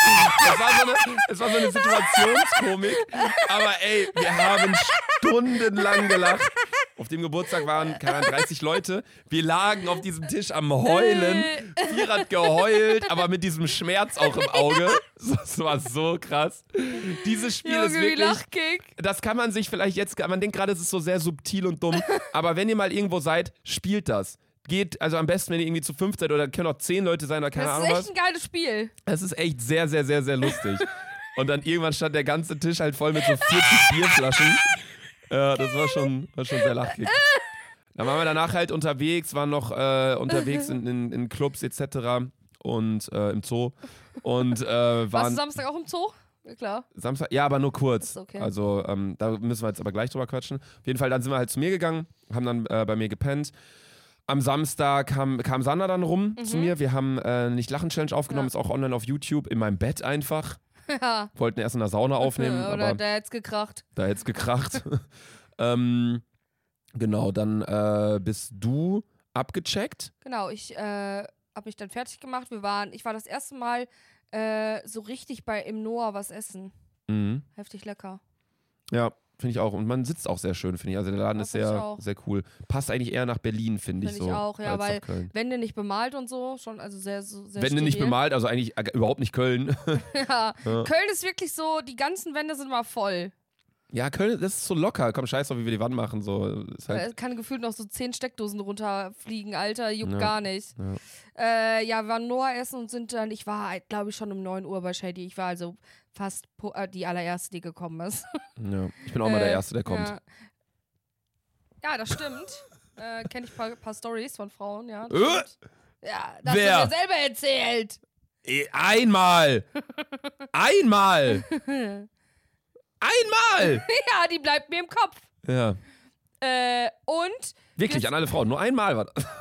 [SPEAKER 1] Es war so eine Situationskomik. Aber ey, wir haben stundenlang gelacht. Auf dem Geburtstag waren, keine Ahnung, 30 Leute. Wir lagen auf diesem Tisch am Heulen. Firat hat geheult, aber mit diesem Schmerz auch im Auge. Das war so krass. Dieses Spiel ist wirklich, das kann man sich vielleicht jetzt, man denkt gerade, es ist so sehr subtil und dumm. Aber wenn ihr mal irgendwo seid, spielt das. Geht, also am besten, wenn ihr irgendwie zu 5 seid oder können auch 10 Leute sein oder keine Ahnung was.
[SPEAKER 2] Das ist echt ein geiles Spiel.
[SPEAKER 1] Es ist echt sehr, sehr, sehr, sehr lustig. Und dann irgendwann stand der ganze Tisch halt voll mit so 40 Bierflaschen. Ja, das war schon sehr lachkick. Dann waren wir danach halt unterwegs, waren noch unterwegs in Clubs etc. und im Zoo. Und waren.
[SPEAKER 2] Warst du Samstag auch im Zoo? Ja, klar.
[SPEAKER 1] Samstag, ja, aber nur kurz.
[SPEAKER 2] Okay.
[SPEAKER 1] Also da müssen wir jetzt aber gleich drüber quatschen. Auf jeden Fall, dann sind wir halt zu mir gegangen, haben dann bei mir gepennt. Am Samstag kam Sandra dann rum zu mir. Wir haben Nicht-Lachen-Challenge aufgenommen, ist auch online auf YouTube, in meinem Bett einfach. Ja. Wollten erst in der Sauna aufnehmen.
[SPEAKER 2] Oder
[SPEAKER 1] aber
[SPEAKER 2] da hätt's gekracht.
[SPEAKER 1] Genau, dann bist du abgecheckt.
[SPEAKER 2] Genau, ich habe mich dann fertig gemacht. Ich war das erste Mal so richtig im Noah was essen. Heftig lecker.
[SPEAKER 1] Ja, finde ich auch. Und man sitzt auch sehr schön, finde ich. Also der Laden ist sehr, sehr cool. Passt eigentlich eher nach Berlin, finde ich so.
[SPEAKER 2] Finde ich auch, ja, weil Wände nicht bemalt und so, schon, also sehr
[SPEAKER 1] Wände steril. Nicht bemalt, also eigentlich überhaupt nicht Köln.
[SPEAKER 2] Ja, Köln ist wirklich so, die ganzen Wände sind mal voll.
[SPEAKER 1] Ja, Köln, das ist so locker. Komm, scheiß drauf, wie wir die Wand machen. So. Ist halt
[SPEAKER 2] kann gefühlt noch so 10 Steckdosen runterfliegen, Alter, juckt gar nicht. Ja, wir waren Noah essen und sind dann, ich war, glaube ich, schon um 9 Uhr bei Shady. Ich war also fast die allererste, die gekommen ist.
[SPEAKER 1] Ja, ich bin auch mal der Erste, der kommt.
[SPEAKER 2] Ja, das stimmt. Kenne ich ein paar Storys von Frauen, ja. Ja, das
[SPEAKER 1] Wer?
[SPEAKER 2] hast du mir selber erzählt.
[SPEAKER 1] Einmal!
[SPEAKER 2] Ja, die bleibt mir im Kopf.
[SPEAKER 1] Ja.
[SPEAKER 2] Und?
[SPEAKER 1] Wirklich, an alle Frauen. Nur einmal war das.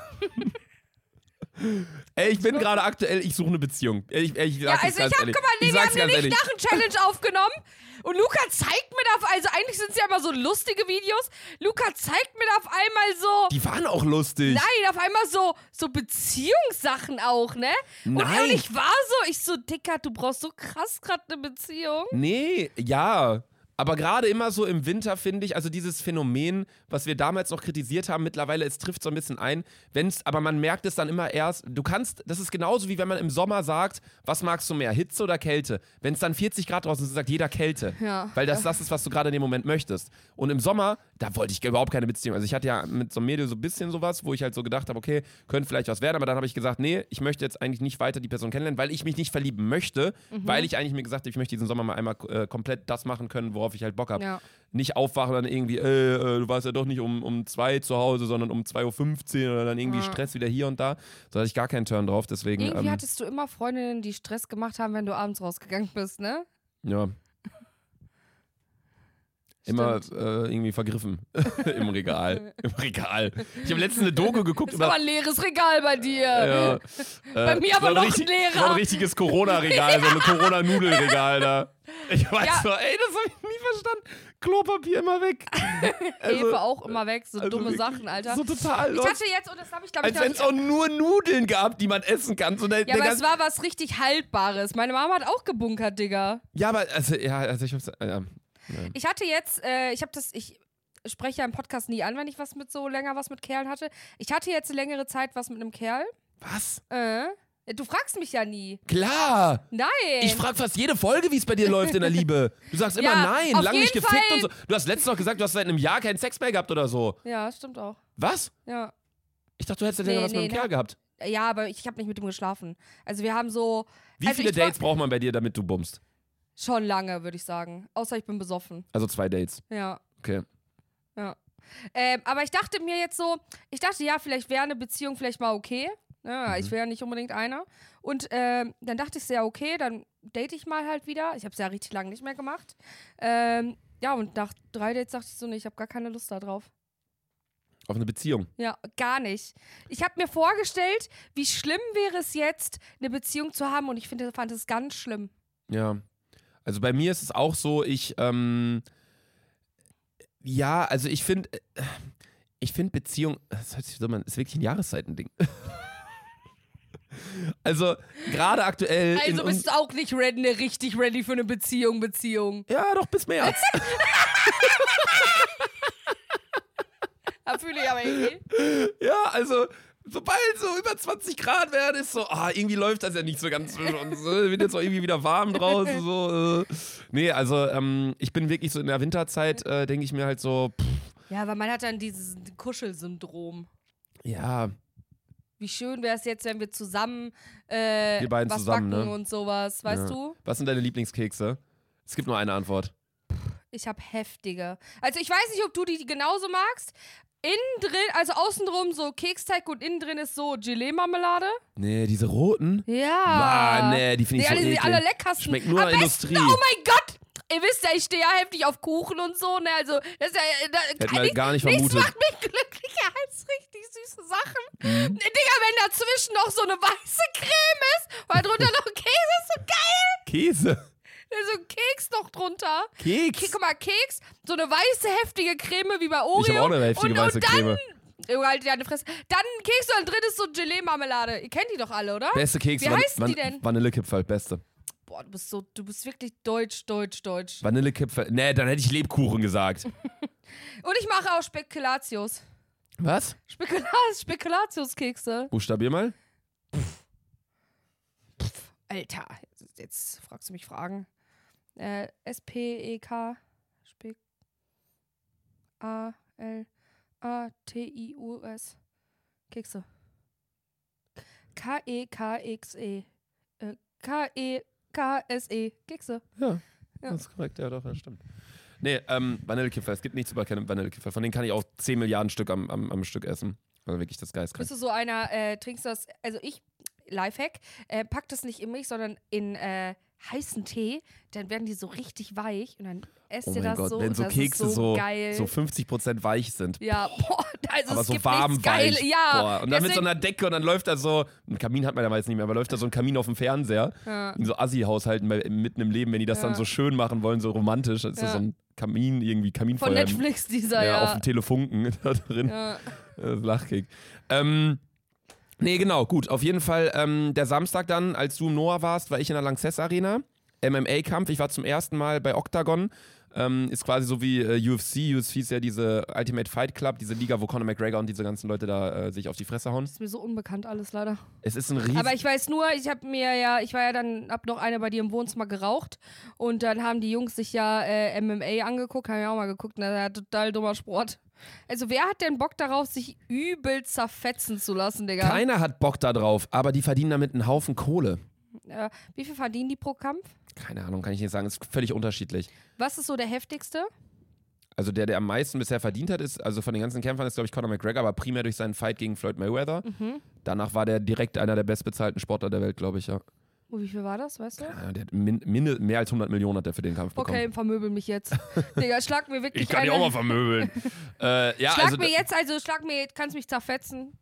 [SPEAKER 1] Ey, ich bin gerade aktuell, ich suche eine Beziehung. Ich
[SPEAKER 2] wir haben eine Nicht-Lachen-Challenge aufgenommen und Luca zeigt mir da, also eigentlich sind es ja immer so lustige Videos, Luca zeigt mir da auf einmal so...
[SPEAKER 1] Die waren auch lustig.
[SPEAKER 2] Nein, auf einmal so Beziehungssachen auch, ne?
[SPEAKER 1] Nein.
[SPEAKER 2] Und ich war so, Dicker, du brauchst so krass gerade eine Beziehung.
[SPEAKER 1] Nee, ja. Aber gerade immer so im Winter, finde ich, also dieses Phänomen, was wir damals noch kritisiert haben, mittlerweile, es trifft so ein bisschen ein, aber man merkt es dann immer erst, das ist genauso wie wenn man im Sommer sagt, was magst du mehr, Hitze oder Kälte? Wenn es dann 40 Grad draußen ist, sagt jeder Kälte, weil das ist, was du gerade in dem Moment möchtest. Und im Sommer, da wollte ich überhaupt keine Beziehung, also ich hatte ja mit so einem Mädel so ein bisschen sowas, wo ich halt so gedacht habe, okay, könnte vielleicht was werden, aber dann habe ich gesagt, nee, ich möchte jetzt eigentlich nicht weiter die Person kennenlernen, weil ich mich nicht verlieben möchte, weil ich eigentlich mir gesagt habe, ich möchte diesen Sommer mal einmal komplett das machen können, worauf ich halt Bock habe. Ja. Nicht aufwachen und dann irgendwie, du warst ja doch nicht um 2 zu Hause, sondern um 2:15 Uhr oder dann irgendwie Stress wieder hier und da. Da hatte ich gar keinen Turn drauf, deswegen.
[SPEAKER 2] Irgendwie hattest du immer Freundinnen, die Stress gemacht haben, wenn du abends rausgegangen bist, ne?
[SPEAKER 1] Ja. Immer irgendwie vergriffen im Regal. Im Regal. Ich habe letztens eine Doku geguckt.
[SPEAKER 2] Das ist aber ein leeres Regal bei dir.
[SPEAKER 1] Ja.
[SPEAKER 2] Bei mir aber noch ein leerer.
[SPEAKER 1] So ein richtiges Corona-Regal, so ein Corona-Nudelregal da. Ich weiß noch, ey, das habe ich nie verstanden. Klopapier immer weg. Also,
[SPEAKER 2] Hefe auch immer weg, so dumme wirklich, Sachen, Alter.
[SPEAKER 1] So total
[SPEAKER 2] Ich hatte jetzt, und das habe ich glaube ich...
[SPEAKER 1] Als wenn es auch nur Nudeln gab, die man essen kann. So
[SPEAKER 2] ja, aber es war was richtig Haltbares. Meine Mama hat auch gebunkert, Digga.
[SPEAKER 1] Ja, aber, ich hab's...
[SPEAKER 2] Ich hatte jetzt, ich spreche ja im Podcast nie an, wenn ich was mit Kerlen hatte. Ich hatte jetzt eine längere Zeit was mit einem Kerl.
[SPEAKER 1] Was?
[SPEAKER 2] Du fragst mich ja nie.
[SPEAKER 1] Klar.
[SPEAKER 2] Nein.
[SPEAKER 1] Ich frage fast jede Folge, wie es bei dir läuft in der Liebe. Du sagst immer nein, lang nicht gefickt und so. Du hast letztens noch gesagt, du hast seit einem Jahr keinen Sex mehr gehabt oder so.
[SPEAKER 2] Ja, stimmt auch.
[SPEAKER 1] Was?
[SPEAKER 2] Ja.
[SPEAKER 1] Ich dachte, du hättest ja was mit einem Kerl gehabt.
[SPEAKER 2] Ja, aber ich habe nicht mit ihm geschlafen. Also wir haben so...
[SPEAKER 1] Wie viele Dates braucht man bei dir, damit du bummst?
[SPEAKER 2] Schon lange, würde ich sagen. Außer ich bin besoffen.
[SPEAKER 1] Also 2 Dates?
[SPEAKER 2] Ja.
[SPEAKER 1] Okay.
[SPEAKER 2] Ja. Aber ich dachte mir jetzt so, ja, vielleicht wäre eine Beziehung vielleicht mal okay. Ja, ich wäre ja nicht unbedingt einer. Und dann dachte ich so, ja, okay, dann date ich mal halt wieder. Ich habe es ja richtig lange nicht mehr gemacht. Ja, und nach 3 Dates dachte ich so, nee, ich habe gar keine Lust da drauf.
[SPEAKER 1] Auf eine Beziehung?
[SPEAKER 2] Ja, gar nicht. Ich habe mir vorgestellt, wie schlimm wäre es jetzt, eine Beziehung zu haben, und ich fand es ganz schlimm.
[SPEAKER 1] Ja. Also bei mir ist es auch so, ja, also ich finde Beziehung, das hört sich so an, ist wirklich ein Jahreszeitending. Also gerade aktuell.
[SPEAKER 2] Also bist du auch nicht richtig ready für eine Beziehung.
[SPEAKER 1] Ja, doch, bis März.
[SPEAKER 2] Da fühle ich aber irgendwie.
[SPEAKER 1] Ja, also sobald so über 20 Grad werden, ist so, irgendwie läuft das ja nicht so ganz zwischen uns. Wird jetzt auch irgendwie wieder warm draußen. So. Nee, also ich bin wirklich so in der Winterzeit, denke ich mir halt so,
[SPEAKER 2] Ja, weil man hat dann dieses Kuschelsyndrom.
[SPEAKER 1] Ja.
[SPEAKER 2] Wie schön wäre es jetzt, wenn wir zusammen
[SPEAKER 1] wir beiden
[SPEAKER 2] was
[SPEAKER 1] zusammen,
[SPEAKER 2] backen,
[SPEAKER 1] ne?
[SPEAKER 2] und sowas, weißt du?
[SPEAKER 1] Was sind deine Lieblingskekse? Es gibt nur eine Antwort.
[SPEAKER 2] Ich habe heftige. Also ich weiß nicht, ob du die genauso magst. Innen drin, also außenrum so Keksteig und innen drin ist so Gelee-Marmelade.
[SPEAKER 1] Nee, diese roten?
[SPEAKER 2] Ja.
[SPEAKER 1] Nee, die finde ich so eklig.
[SPEAKER 2] Die allerleckersten.
[SPEAKER 1] Schmeckt nur nach Industrie.
[SPEAKER 2] Oh mein Gott! Ihr wisst ja, ich stehe ja heftig auf Kuchen und so, ne? Also, das ist ja.
[SPEAKER 1] Hätte man gar nicht vermutet.
[SPEAKER 2] Nichts macht mich glücklicher als richtig süße Sachen. Digga, wenn dazwischen noch so eine weiße Creme ist, weil drunter noch Käse ist, so geil!
[SPEAKER 1] Käse?
[SPEAKER 2] So ein Keks noch drunter.
[SPEAKER 1] Keks?
[SPEAKER 2] Guck mal, Keks, so eine weiße, heftige Creme wie bei Oreo.
[SPEAKER 1] Ich habe auch eine heftige weiße Creme.
[SPEAKER 2] Junge, halt deine Fresse. Dann Keks und drin ist so Gelee-Marmelade. Ihr kennt die doch alle, oder?
[SPEAKER 1] Beste Keks.
[SPEAKER 2] Wie heißen die denn?
[SPEAKER 1] Vanillekipferl, beste.
[SPEAKER 2] Boah, du bist wirklich deutsch.
[SPEAKER 1] Vanillekipferl. Nee, dann hätte ich Lebkuchen gesagt.
[SPEAKER 2] Und ich mache auch Spekulatius.
[SPEAKER 1] Was?
[SPEAKER 2] Spekulatiuskekse.
[SPEAKER 1] Buchstabier mal.
[SPEAKER 2] Alter, jetzt fragst du mich Fragen. S-P-E-K A-L-A-T-I-U-S Kekse. K-E-K-X-E K-E-K-S-E Kekse.
[SPEAKER 1] Ja, das ist korrekt. Ja, doch, das stimmt. Nee, Vanillekipferl. Es gibt nichts über keine Vanillekipferl. Von denen kann ich auch 10 Milliarden Stück am Stück essen. Also wirklich das geilskrank.
[SPEAKER 2] Bist du so einer, trinkst du das, also ich, Lifehack, pack das nicht in Milch, sondern in heißen Tee, dann werden die so richtig weich und dann esst ihr das so.
[SPEAKER 1] Wenn so
[SPEAKER 2] das
[SPEAKER 1] Kekse
[SPEAKER 2] ist so geil.
[SPEAKER 1] so 50% weich sind.
[SPEAKER 2] Ja, boah, also
[SPEAKER 1] aber
[SPEAKER 2] es
[SPEAKER 1] so
[SPEAKER 2] gibt
[SPEAKER 1] warm weich.
[SPEAKER 2] Ja,
[SPEAKER 1] boah. Und dann mit so einer Decke und dann läuft da so, ein Kamin hat man ja meist nicht mehr, aber läuft da so ein Kamin auf dem Fernseher. Ja. In so Assi-Haushalten mitten im Leben, wenn die das dann so schön machen wollen, so romantisch, dann ist das so ein Kamin, irgendwie Kaminfeuer.
[SPEAKER 2] Von Netflix dieser, ja.
[SPEAKER 1] Auf dem Telefunken da drin. Ja. Das ist Lachkick. Nee, genau, gut. Auf jeden Fall der Samstag dann, als du im Noah warst, war ich in der Lanxess Arena. MMA-Kampf. Ich war zum ersten Mal bei Octagon. Ist quasi so wie UFC. UFC ist ja diese Ultimate Fight Club, diese Liga, wo Conor McGregor und diese ganzen Leute da sich auf die Fresse hauen.
[SPEAKER 2] Das ist mir so unbekannt alles leider.
[SPEAKER 1] Es ist ein riesen...
[SPEAKER 2] Aber ich weiß nur, ich hab noch eine bei dir im Wohnzimmer geraucht und dann haben die Jungs sich ja MMA angeguckt, haben ja auch mal geguckt, und das ist ja total dummer Sport. Also wer hat denn Bock darauf, sich übel zerfetzen zu lassen, Digga?
[SPEAKER 1] Keiner hat Bock da drauf, aber die verdienen damit einen Haufen Kohle.
[SPEAKER 2] Wie viel verdienen die pro Kampf?
[SPEAKER 1] Keine Ahnung, kann ich nicht sagen. Ist völlig unterschiedlich.
[SPEAKER 2] Was ist so der heftigste?
[SPEAKER 1] Also der am meisten bisher verdient hat, also von den ganzen Kämpfern ist, glaube ich, Conor McGregor, aber primär durch seinen Fight gegen Floyd Mayweather. Danach war der direkt einer der bestbezahlten Sportler der Welt, glaube ich, ja.
[SPEAKER 2] Oh, wie viel war das, weißt du?
[SPEAKER 1] Ja, der hat mehr als 100 Millionen hat der für den Kampf bekommen.
[SPEAKER 2] Okay, vermöbel mich jetzt. Digga, schlag mir wirklich
[SPEAKER 1] Ich kann dich auch mal vermöbeln.
[SPEAKER 2] Kannst mich zerfetzen.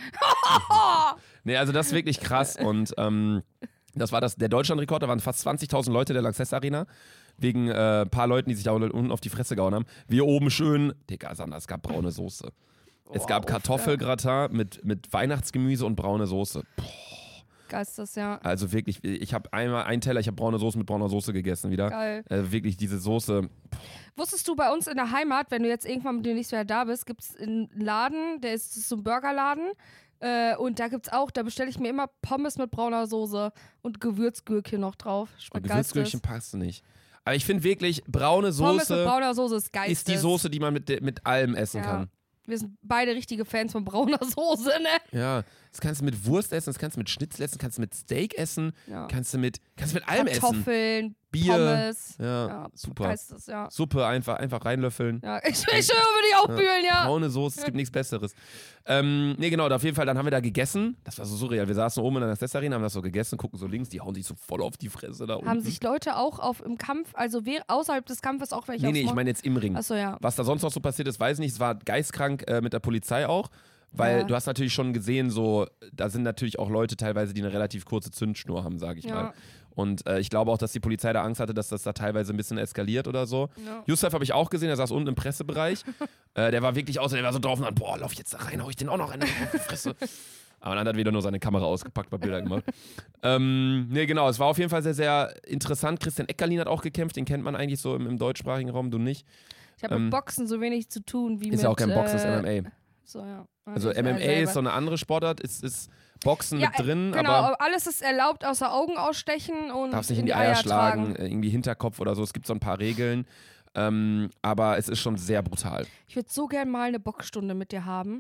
[SPEAKER 1] Nee, also das ist wirklich krass und das war der Deutschlandrekord, da waren fast 20.000 Leute der Lanxess Arena, wegen ein paar Leuten, die sich da unten auf die Fresse gehauen haben. Wir oben schön, Digga, Sander, es gab braune Soße. Es gab Kartoffelgratin mit Weihnachtsgemüse und braune Soße.
[SPEAKER 2] Geistes, ja.
[SPEAKER 1] Also wirklich, ich habe einmal einen Teller, ich habe braune Soße mit brauner Soße gegessen wieder.
[SPEAKER 2] Geil.
[SPEAKER 1] Wirklich diese Soße.
[SPEAKER 2] Wusstest du, bei uns in der Heimat, wenn du jetzt irgendwann mit dem nächsten Jahr da bist, gibt es einen Laden, das ist so ein Burgerladen. Und da gibt's auch, da bestelle ich mir immer Pommes mit brauner Soße und Gewürzgürkchen noch drauf. Schmeckt
[SPEAKER 1] Gewürzgürkchen passt nicht. Aber ich finde wirklich, braune Soße,
[SPEAKER 2] Pommes mit brauner Soße ist geistes.
[SPEAKER 1] ist die Soße, die man mit allem essen kann.
[SPEAKER 2] Wir sind beide richtige Fans von brauner Soße, ne?
[SPEAKER 1] Ja, das kannst du mit Wurst essen, das kannst du mit Schnitzel essen, kannst du mit Steak essen, kannst du mit allem essen.
[SPEAKER 2] Kartoffeln,
[SPEAKER 1] Bier,
[SPEAKER 2] Pommes.
[SPEAKER 1] Ja, super.
[SPEAKER 2] Geistes, ja.
[SPEAKER 1] Suppe einfach reinlöffeln.
[SPEAKER 2] Ja, ich würde die auch bühlen, ja.
[SPEAKER 1] Braune Soße, es gibt nichts Besseres. Nee, genau, auf jeden Fall, dann haben wir da gegessen. Das war so surreal. Wir saßen oben in der Lanxess Arena, haben das so gegessen, gucken so links, die hauen sich so voll auf die Fresse da unten.
[SPEAKER 2] Haben sich Leute auch im Kampf, also außerhalb des Kampfes auch welche
[SPEAKER 1] Nee, ich meine jetzt im Ring.
[SPEAKER 2] Achso, ja.
[SPEAKER 1] Was da sonst noch so passiert ist, weiß ich nicht. Es war geistkrank mit der Polizei auch. Weil du hast natürlich schon gesehen, so, da sind natürlich auch Leute teilweise, die eine relativ kurze Zündschnur haben, sage ich mal. Und ich glaube auch, dass die Polizei da Angst hatte, dass das da teilweise ein bisschen eskaliert oder so. Ja. Yusuf habe ich auch gesehen, der saß unten im Pressebereich. Der war wirklich der war so drauf und dann, boah, lauf jetzt da rein, hau ich den auch noch rein auf die Fresse. Aber dann hat er wieder nur seine Kamera ausgepackt, mal Bilder gemacht. Nee, genau, es war auf jeden Fall sehr, sehr interessant. Christian Eckerlin hat auch gekämpft, den kennt man eigentlich so im deutschsprachigen Raum, du nicht.
[SPEAKER 2] Ich habe mit Boxen so wenig zu tun wie mit...
[SPEAKER 1] Ist ja auch kein Boxen, ist MMA.
[SPEAKER 2] So, ja.
[SPEAKER 1] Also MMA ist so eine andere Sportart, ist Boxen mit drin,
[SPEAKER 2] genau,
[SPEAKER 1] aber
[SPEAKER 2] alles ist erlaubt, außer Augen ausstechen und
[SPEAKER 1] darfst nicht in die Eier schlagen, irgendwie Hinterkopf oder so. Es gibt so ein paar Regeln, aber es ist schon sehr brutal.
[SPEAKER 2] Ich würde so gern mal eine Boxstunde mit dir haben.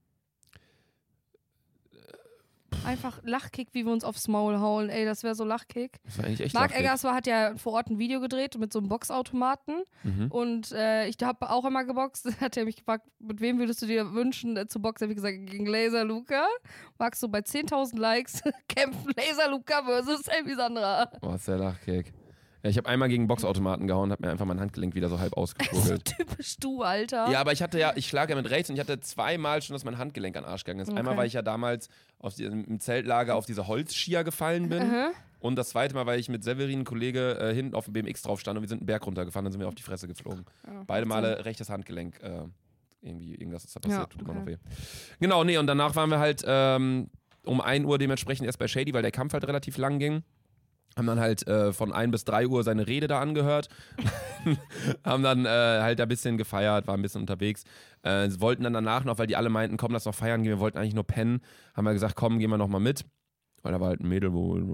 [SPEAKER 2] Einfach Lachkick, wie wir uns aufs Maul hauen. Ey, das wäre so Lachkick.
[SPEAKER 1] Das war eigentlich echt
[SPEAKER 2] Marc
[SPEAKER 1] Lachkick.
[SPEAKER 2] Eggerswar hat ja vor Ort ein Video gedreht mit so einem Boxautomaten. Und ich habe auch immer geboxt. Hat er mich gefragt, mit wem würdest du dir wünschen zu boxen? Habe ich gesagt, gegen Laser Luca. Magst du bei 10.000 Likes kämpfen Laser Luca versus Elvisandra?
[SPEAKER 1] Oh, ist der Lachkick. Ja, ich habe einmal gegen Boxautomaten gehauen, habe mir einfach mein Handgelenk wieder so halb ausgekurbelt.
[SPEAKER 2] So typisch du, Alter.
[SPEAKER 1] Ja, aber ich schlage ja mit rechts und ich hatte zweimal schon, dass mein Handgelenk an den Arsch gegangen ist. Einmal, weil ich ja damals im Zeltlager auf diese Holzskier gefallen bin. Und das zweite Mal, weil ich mit Severin, Kollege, hinten auf dem BMX drauf stand und wir sind einen Berg runtergefahren, dann sind wir auf die Fresse geflogen. Ja, beide Male rechtes Handgelenk. Irgendwas ist da passiert, tut mir noch weh. Genau, nee, und danach waren wir halt um 1 Uhr dementsprechend erst bei Shady, weil der Kampf halt relativ lang ging. Haben dann halt von 1 bis 3 Uhr seine Rede da angehört. Haben dann halt ein bisschen gefeiert, waren ein bisschen unterwegs. Wollten dann danach noch, weil die alle meinten, komm, lass noch feiern gehen, wir wollten eigentlich nur pennen. Haben wir gesagt, komm, gehen wir noch mal mit. Weil da war halt ein Mädel,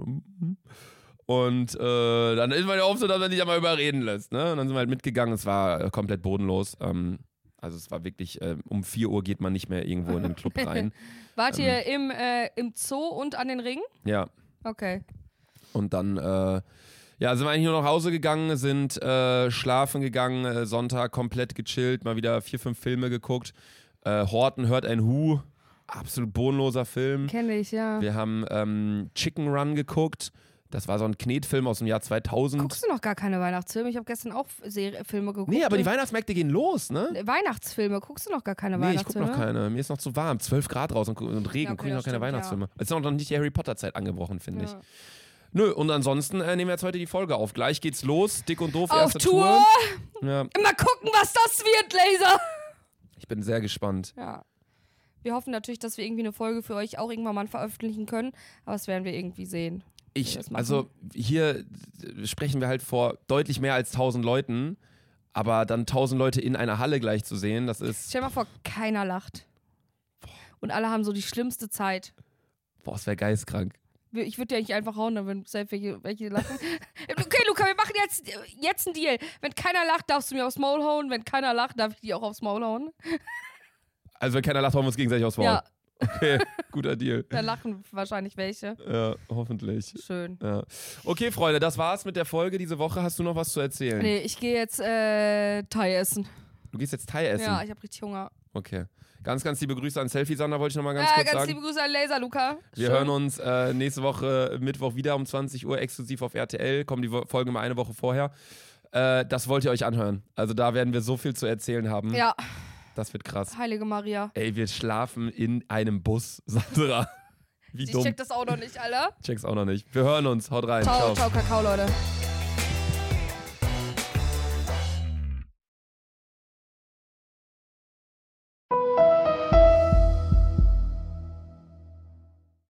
[SPEAKER 1] und dann ist man ja oft so, dass man sich einmal überreden lässt. Ne? Und dann sind wir halt mitgegangen, es war komplett bodenlos. Also es war wirklich, um 4 Uhr geht man nicht mehr irgendwo in den Club rein.
[SPEAKER 2] Wart ihr im Zoo und an den Ringen?
[SPEAKER 1] Ja.
[SPEAKER 2] Okay.
[SPEAKER 1] Und dann, sind wir eigentlich nur nach Hause gegangen, sind schlafen gegangen, Sonntag komplett gechillt, mal wieder 4, 5 Filme geguckt. Horten hört ein Hu, absolut bodenloser Film.
[SPEAKER 2] Kenne ich, ja.
[SPEAKER 1] Wir haben Chicken Run geguckt. Das war so ein Knetfilm aus dem Jahr 2000.
[SPEAKER 2] Guckst du noch gar keine Weihnachtsfilme? Ich habe gestern auch Filme geguckt.
[SPEAKER 1] Nee, aber die Weihnachtsmärkte gehen los, ne?
[SPEAKER 2] Weihnachtsfilme, guckst du noch gar keine Weihnachtsfilme?
[SPEAKER 1] Nee, ich guck noch keine. Mir ist noch zu warm. 12 Grad raus und Regen, guck ich noch keine Weihnachtsfilme. Es ist noch nicht die Harry Potter Zeit angebrochen, finde ich. Nö, und ansonsten nehmen wir jetzt heute die Folge auf. Gleich geht's los, dick und doof, erste Tour. Ja.
[SPEAKER 2] Mal gucken, was das wird, Laser.
[SPEAKER 1] Ich bin sehr gespannt.
[SPEAKER 2] Ja. Wir hoffen natürlich, dass wir irgendwie eine Folge für euch auch irgendwann mal veröffentlichen können, aber das werden wir irgendwie sehen.
[SPEAKER 1] Also hier sprechen wir halt vor deutlich mehr als 1000 Leuten, Aber dann 1000 Leute in einer Halle gleich zu sehen, das ist...
[SPEAKER 2] Stell dir mal vor, keiner lacht. Und alle haben so die schlimmste Zeit.
[SPEAKER 1] Boah, das wäre geisteskrank.
[SPEAKER 2] Ich würde dir eigentlich einfach hauen, wenn selbst welche lachen. Okay, Luca, wir machen jetzt einen Deal. Wenn keiner lacht, darfst du mir aufs Maul hauen. Wenn keiner lacht, darf ich dir auch aufs Maul hauen.
[SPEAKER 1] Also wenn keiner lacht, hauen wir uns gegenseitig aufs Maul.
[SPEAKER 2] Ja.
[SPEAKER 1] Okay, guter Deal.
[SPEAKER 2] Da lachen wahrscheinlich welche.
[SPEAKER 1] Ja, hoffentlich.
[SPEAKER 2] Schön.
[SPEAKER 1] Ja. Okay, Freunde, das war's mit der Folge diese Woche. Hast du noch was zu erzählen?
[SPEAKER 2] Nee, ich gehe jetzt Thai essen.
[SPEAKER 1] Du gehst jetzt Thai essen?
[SPEAKER 2] Ja, ich habe richtig Hunger.
[SPEAKER 1] Okay. Ganz, ganz liebe Grüße an Selfie-Sander, wollte ich nochmal ganz kurz sagen.
[SPEAKER 2] Ganz liebe Grüße an Laser, Luca.
[SPEAKER 1] Wir hören uns nächste Woche Mittwoch wieder um 20 Uhr exklusiv auf RTL. Kommen die Folgen mal eine Woche vorher. Das wollt ihr euch anhören. Also da werden wir so viel zu erzählen haben.
[SPEAKER 2] Ja.
[SPEAKER 1] Das wird krass.
[SPEAKER 2] Heilige Maria.
[SPEAKER 1] Ey, wir schlafen in einem Bus, Sandra. Wie dumm.
[SPEAKER 2] Ich check das auch noch nicht, Alter.
[SPEAKER 1] Check's auch noch nicht. Wir hören uns. Haut rein.
[SPEAKER 2] Ciao, Kakao, Leute.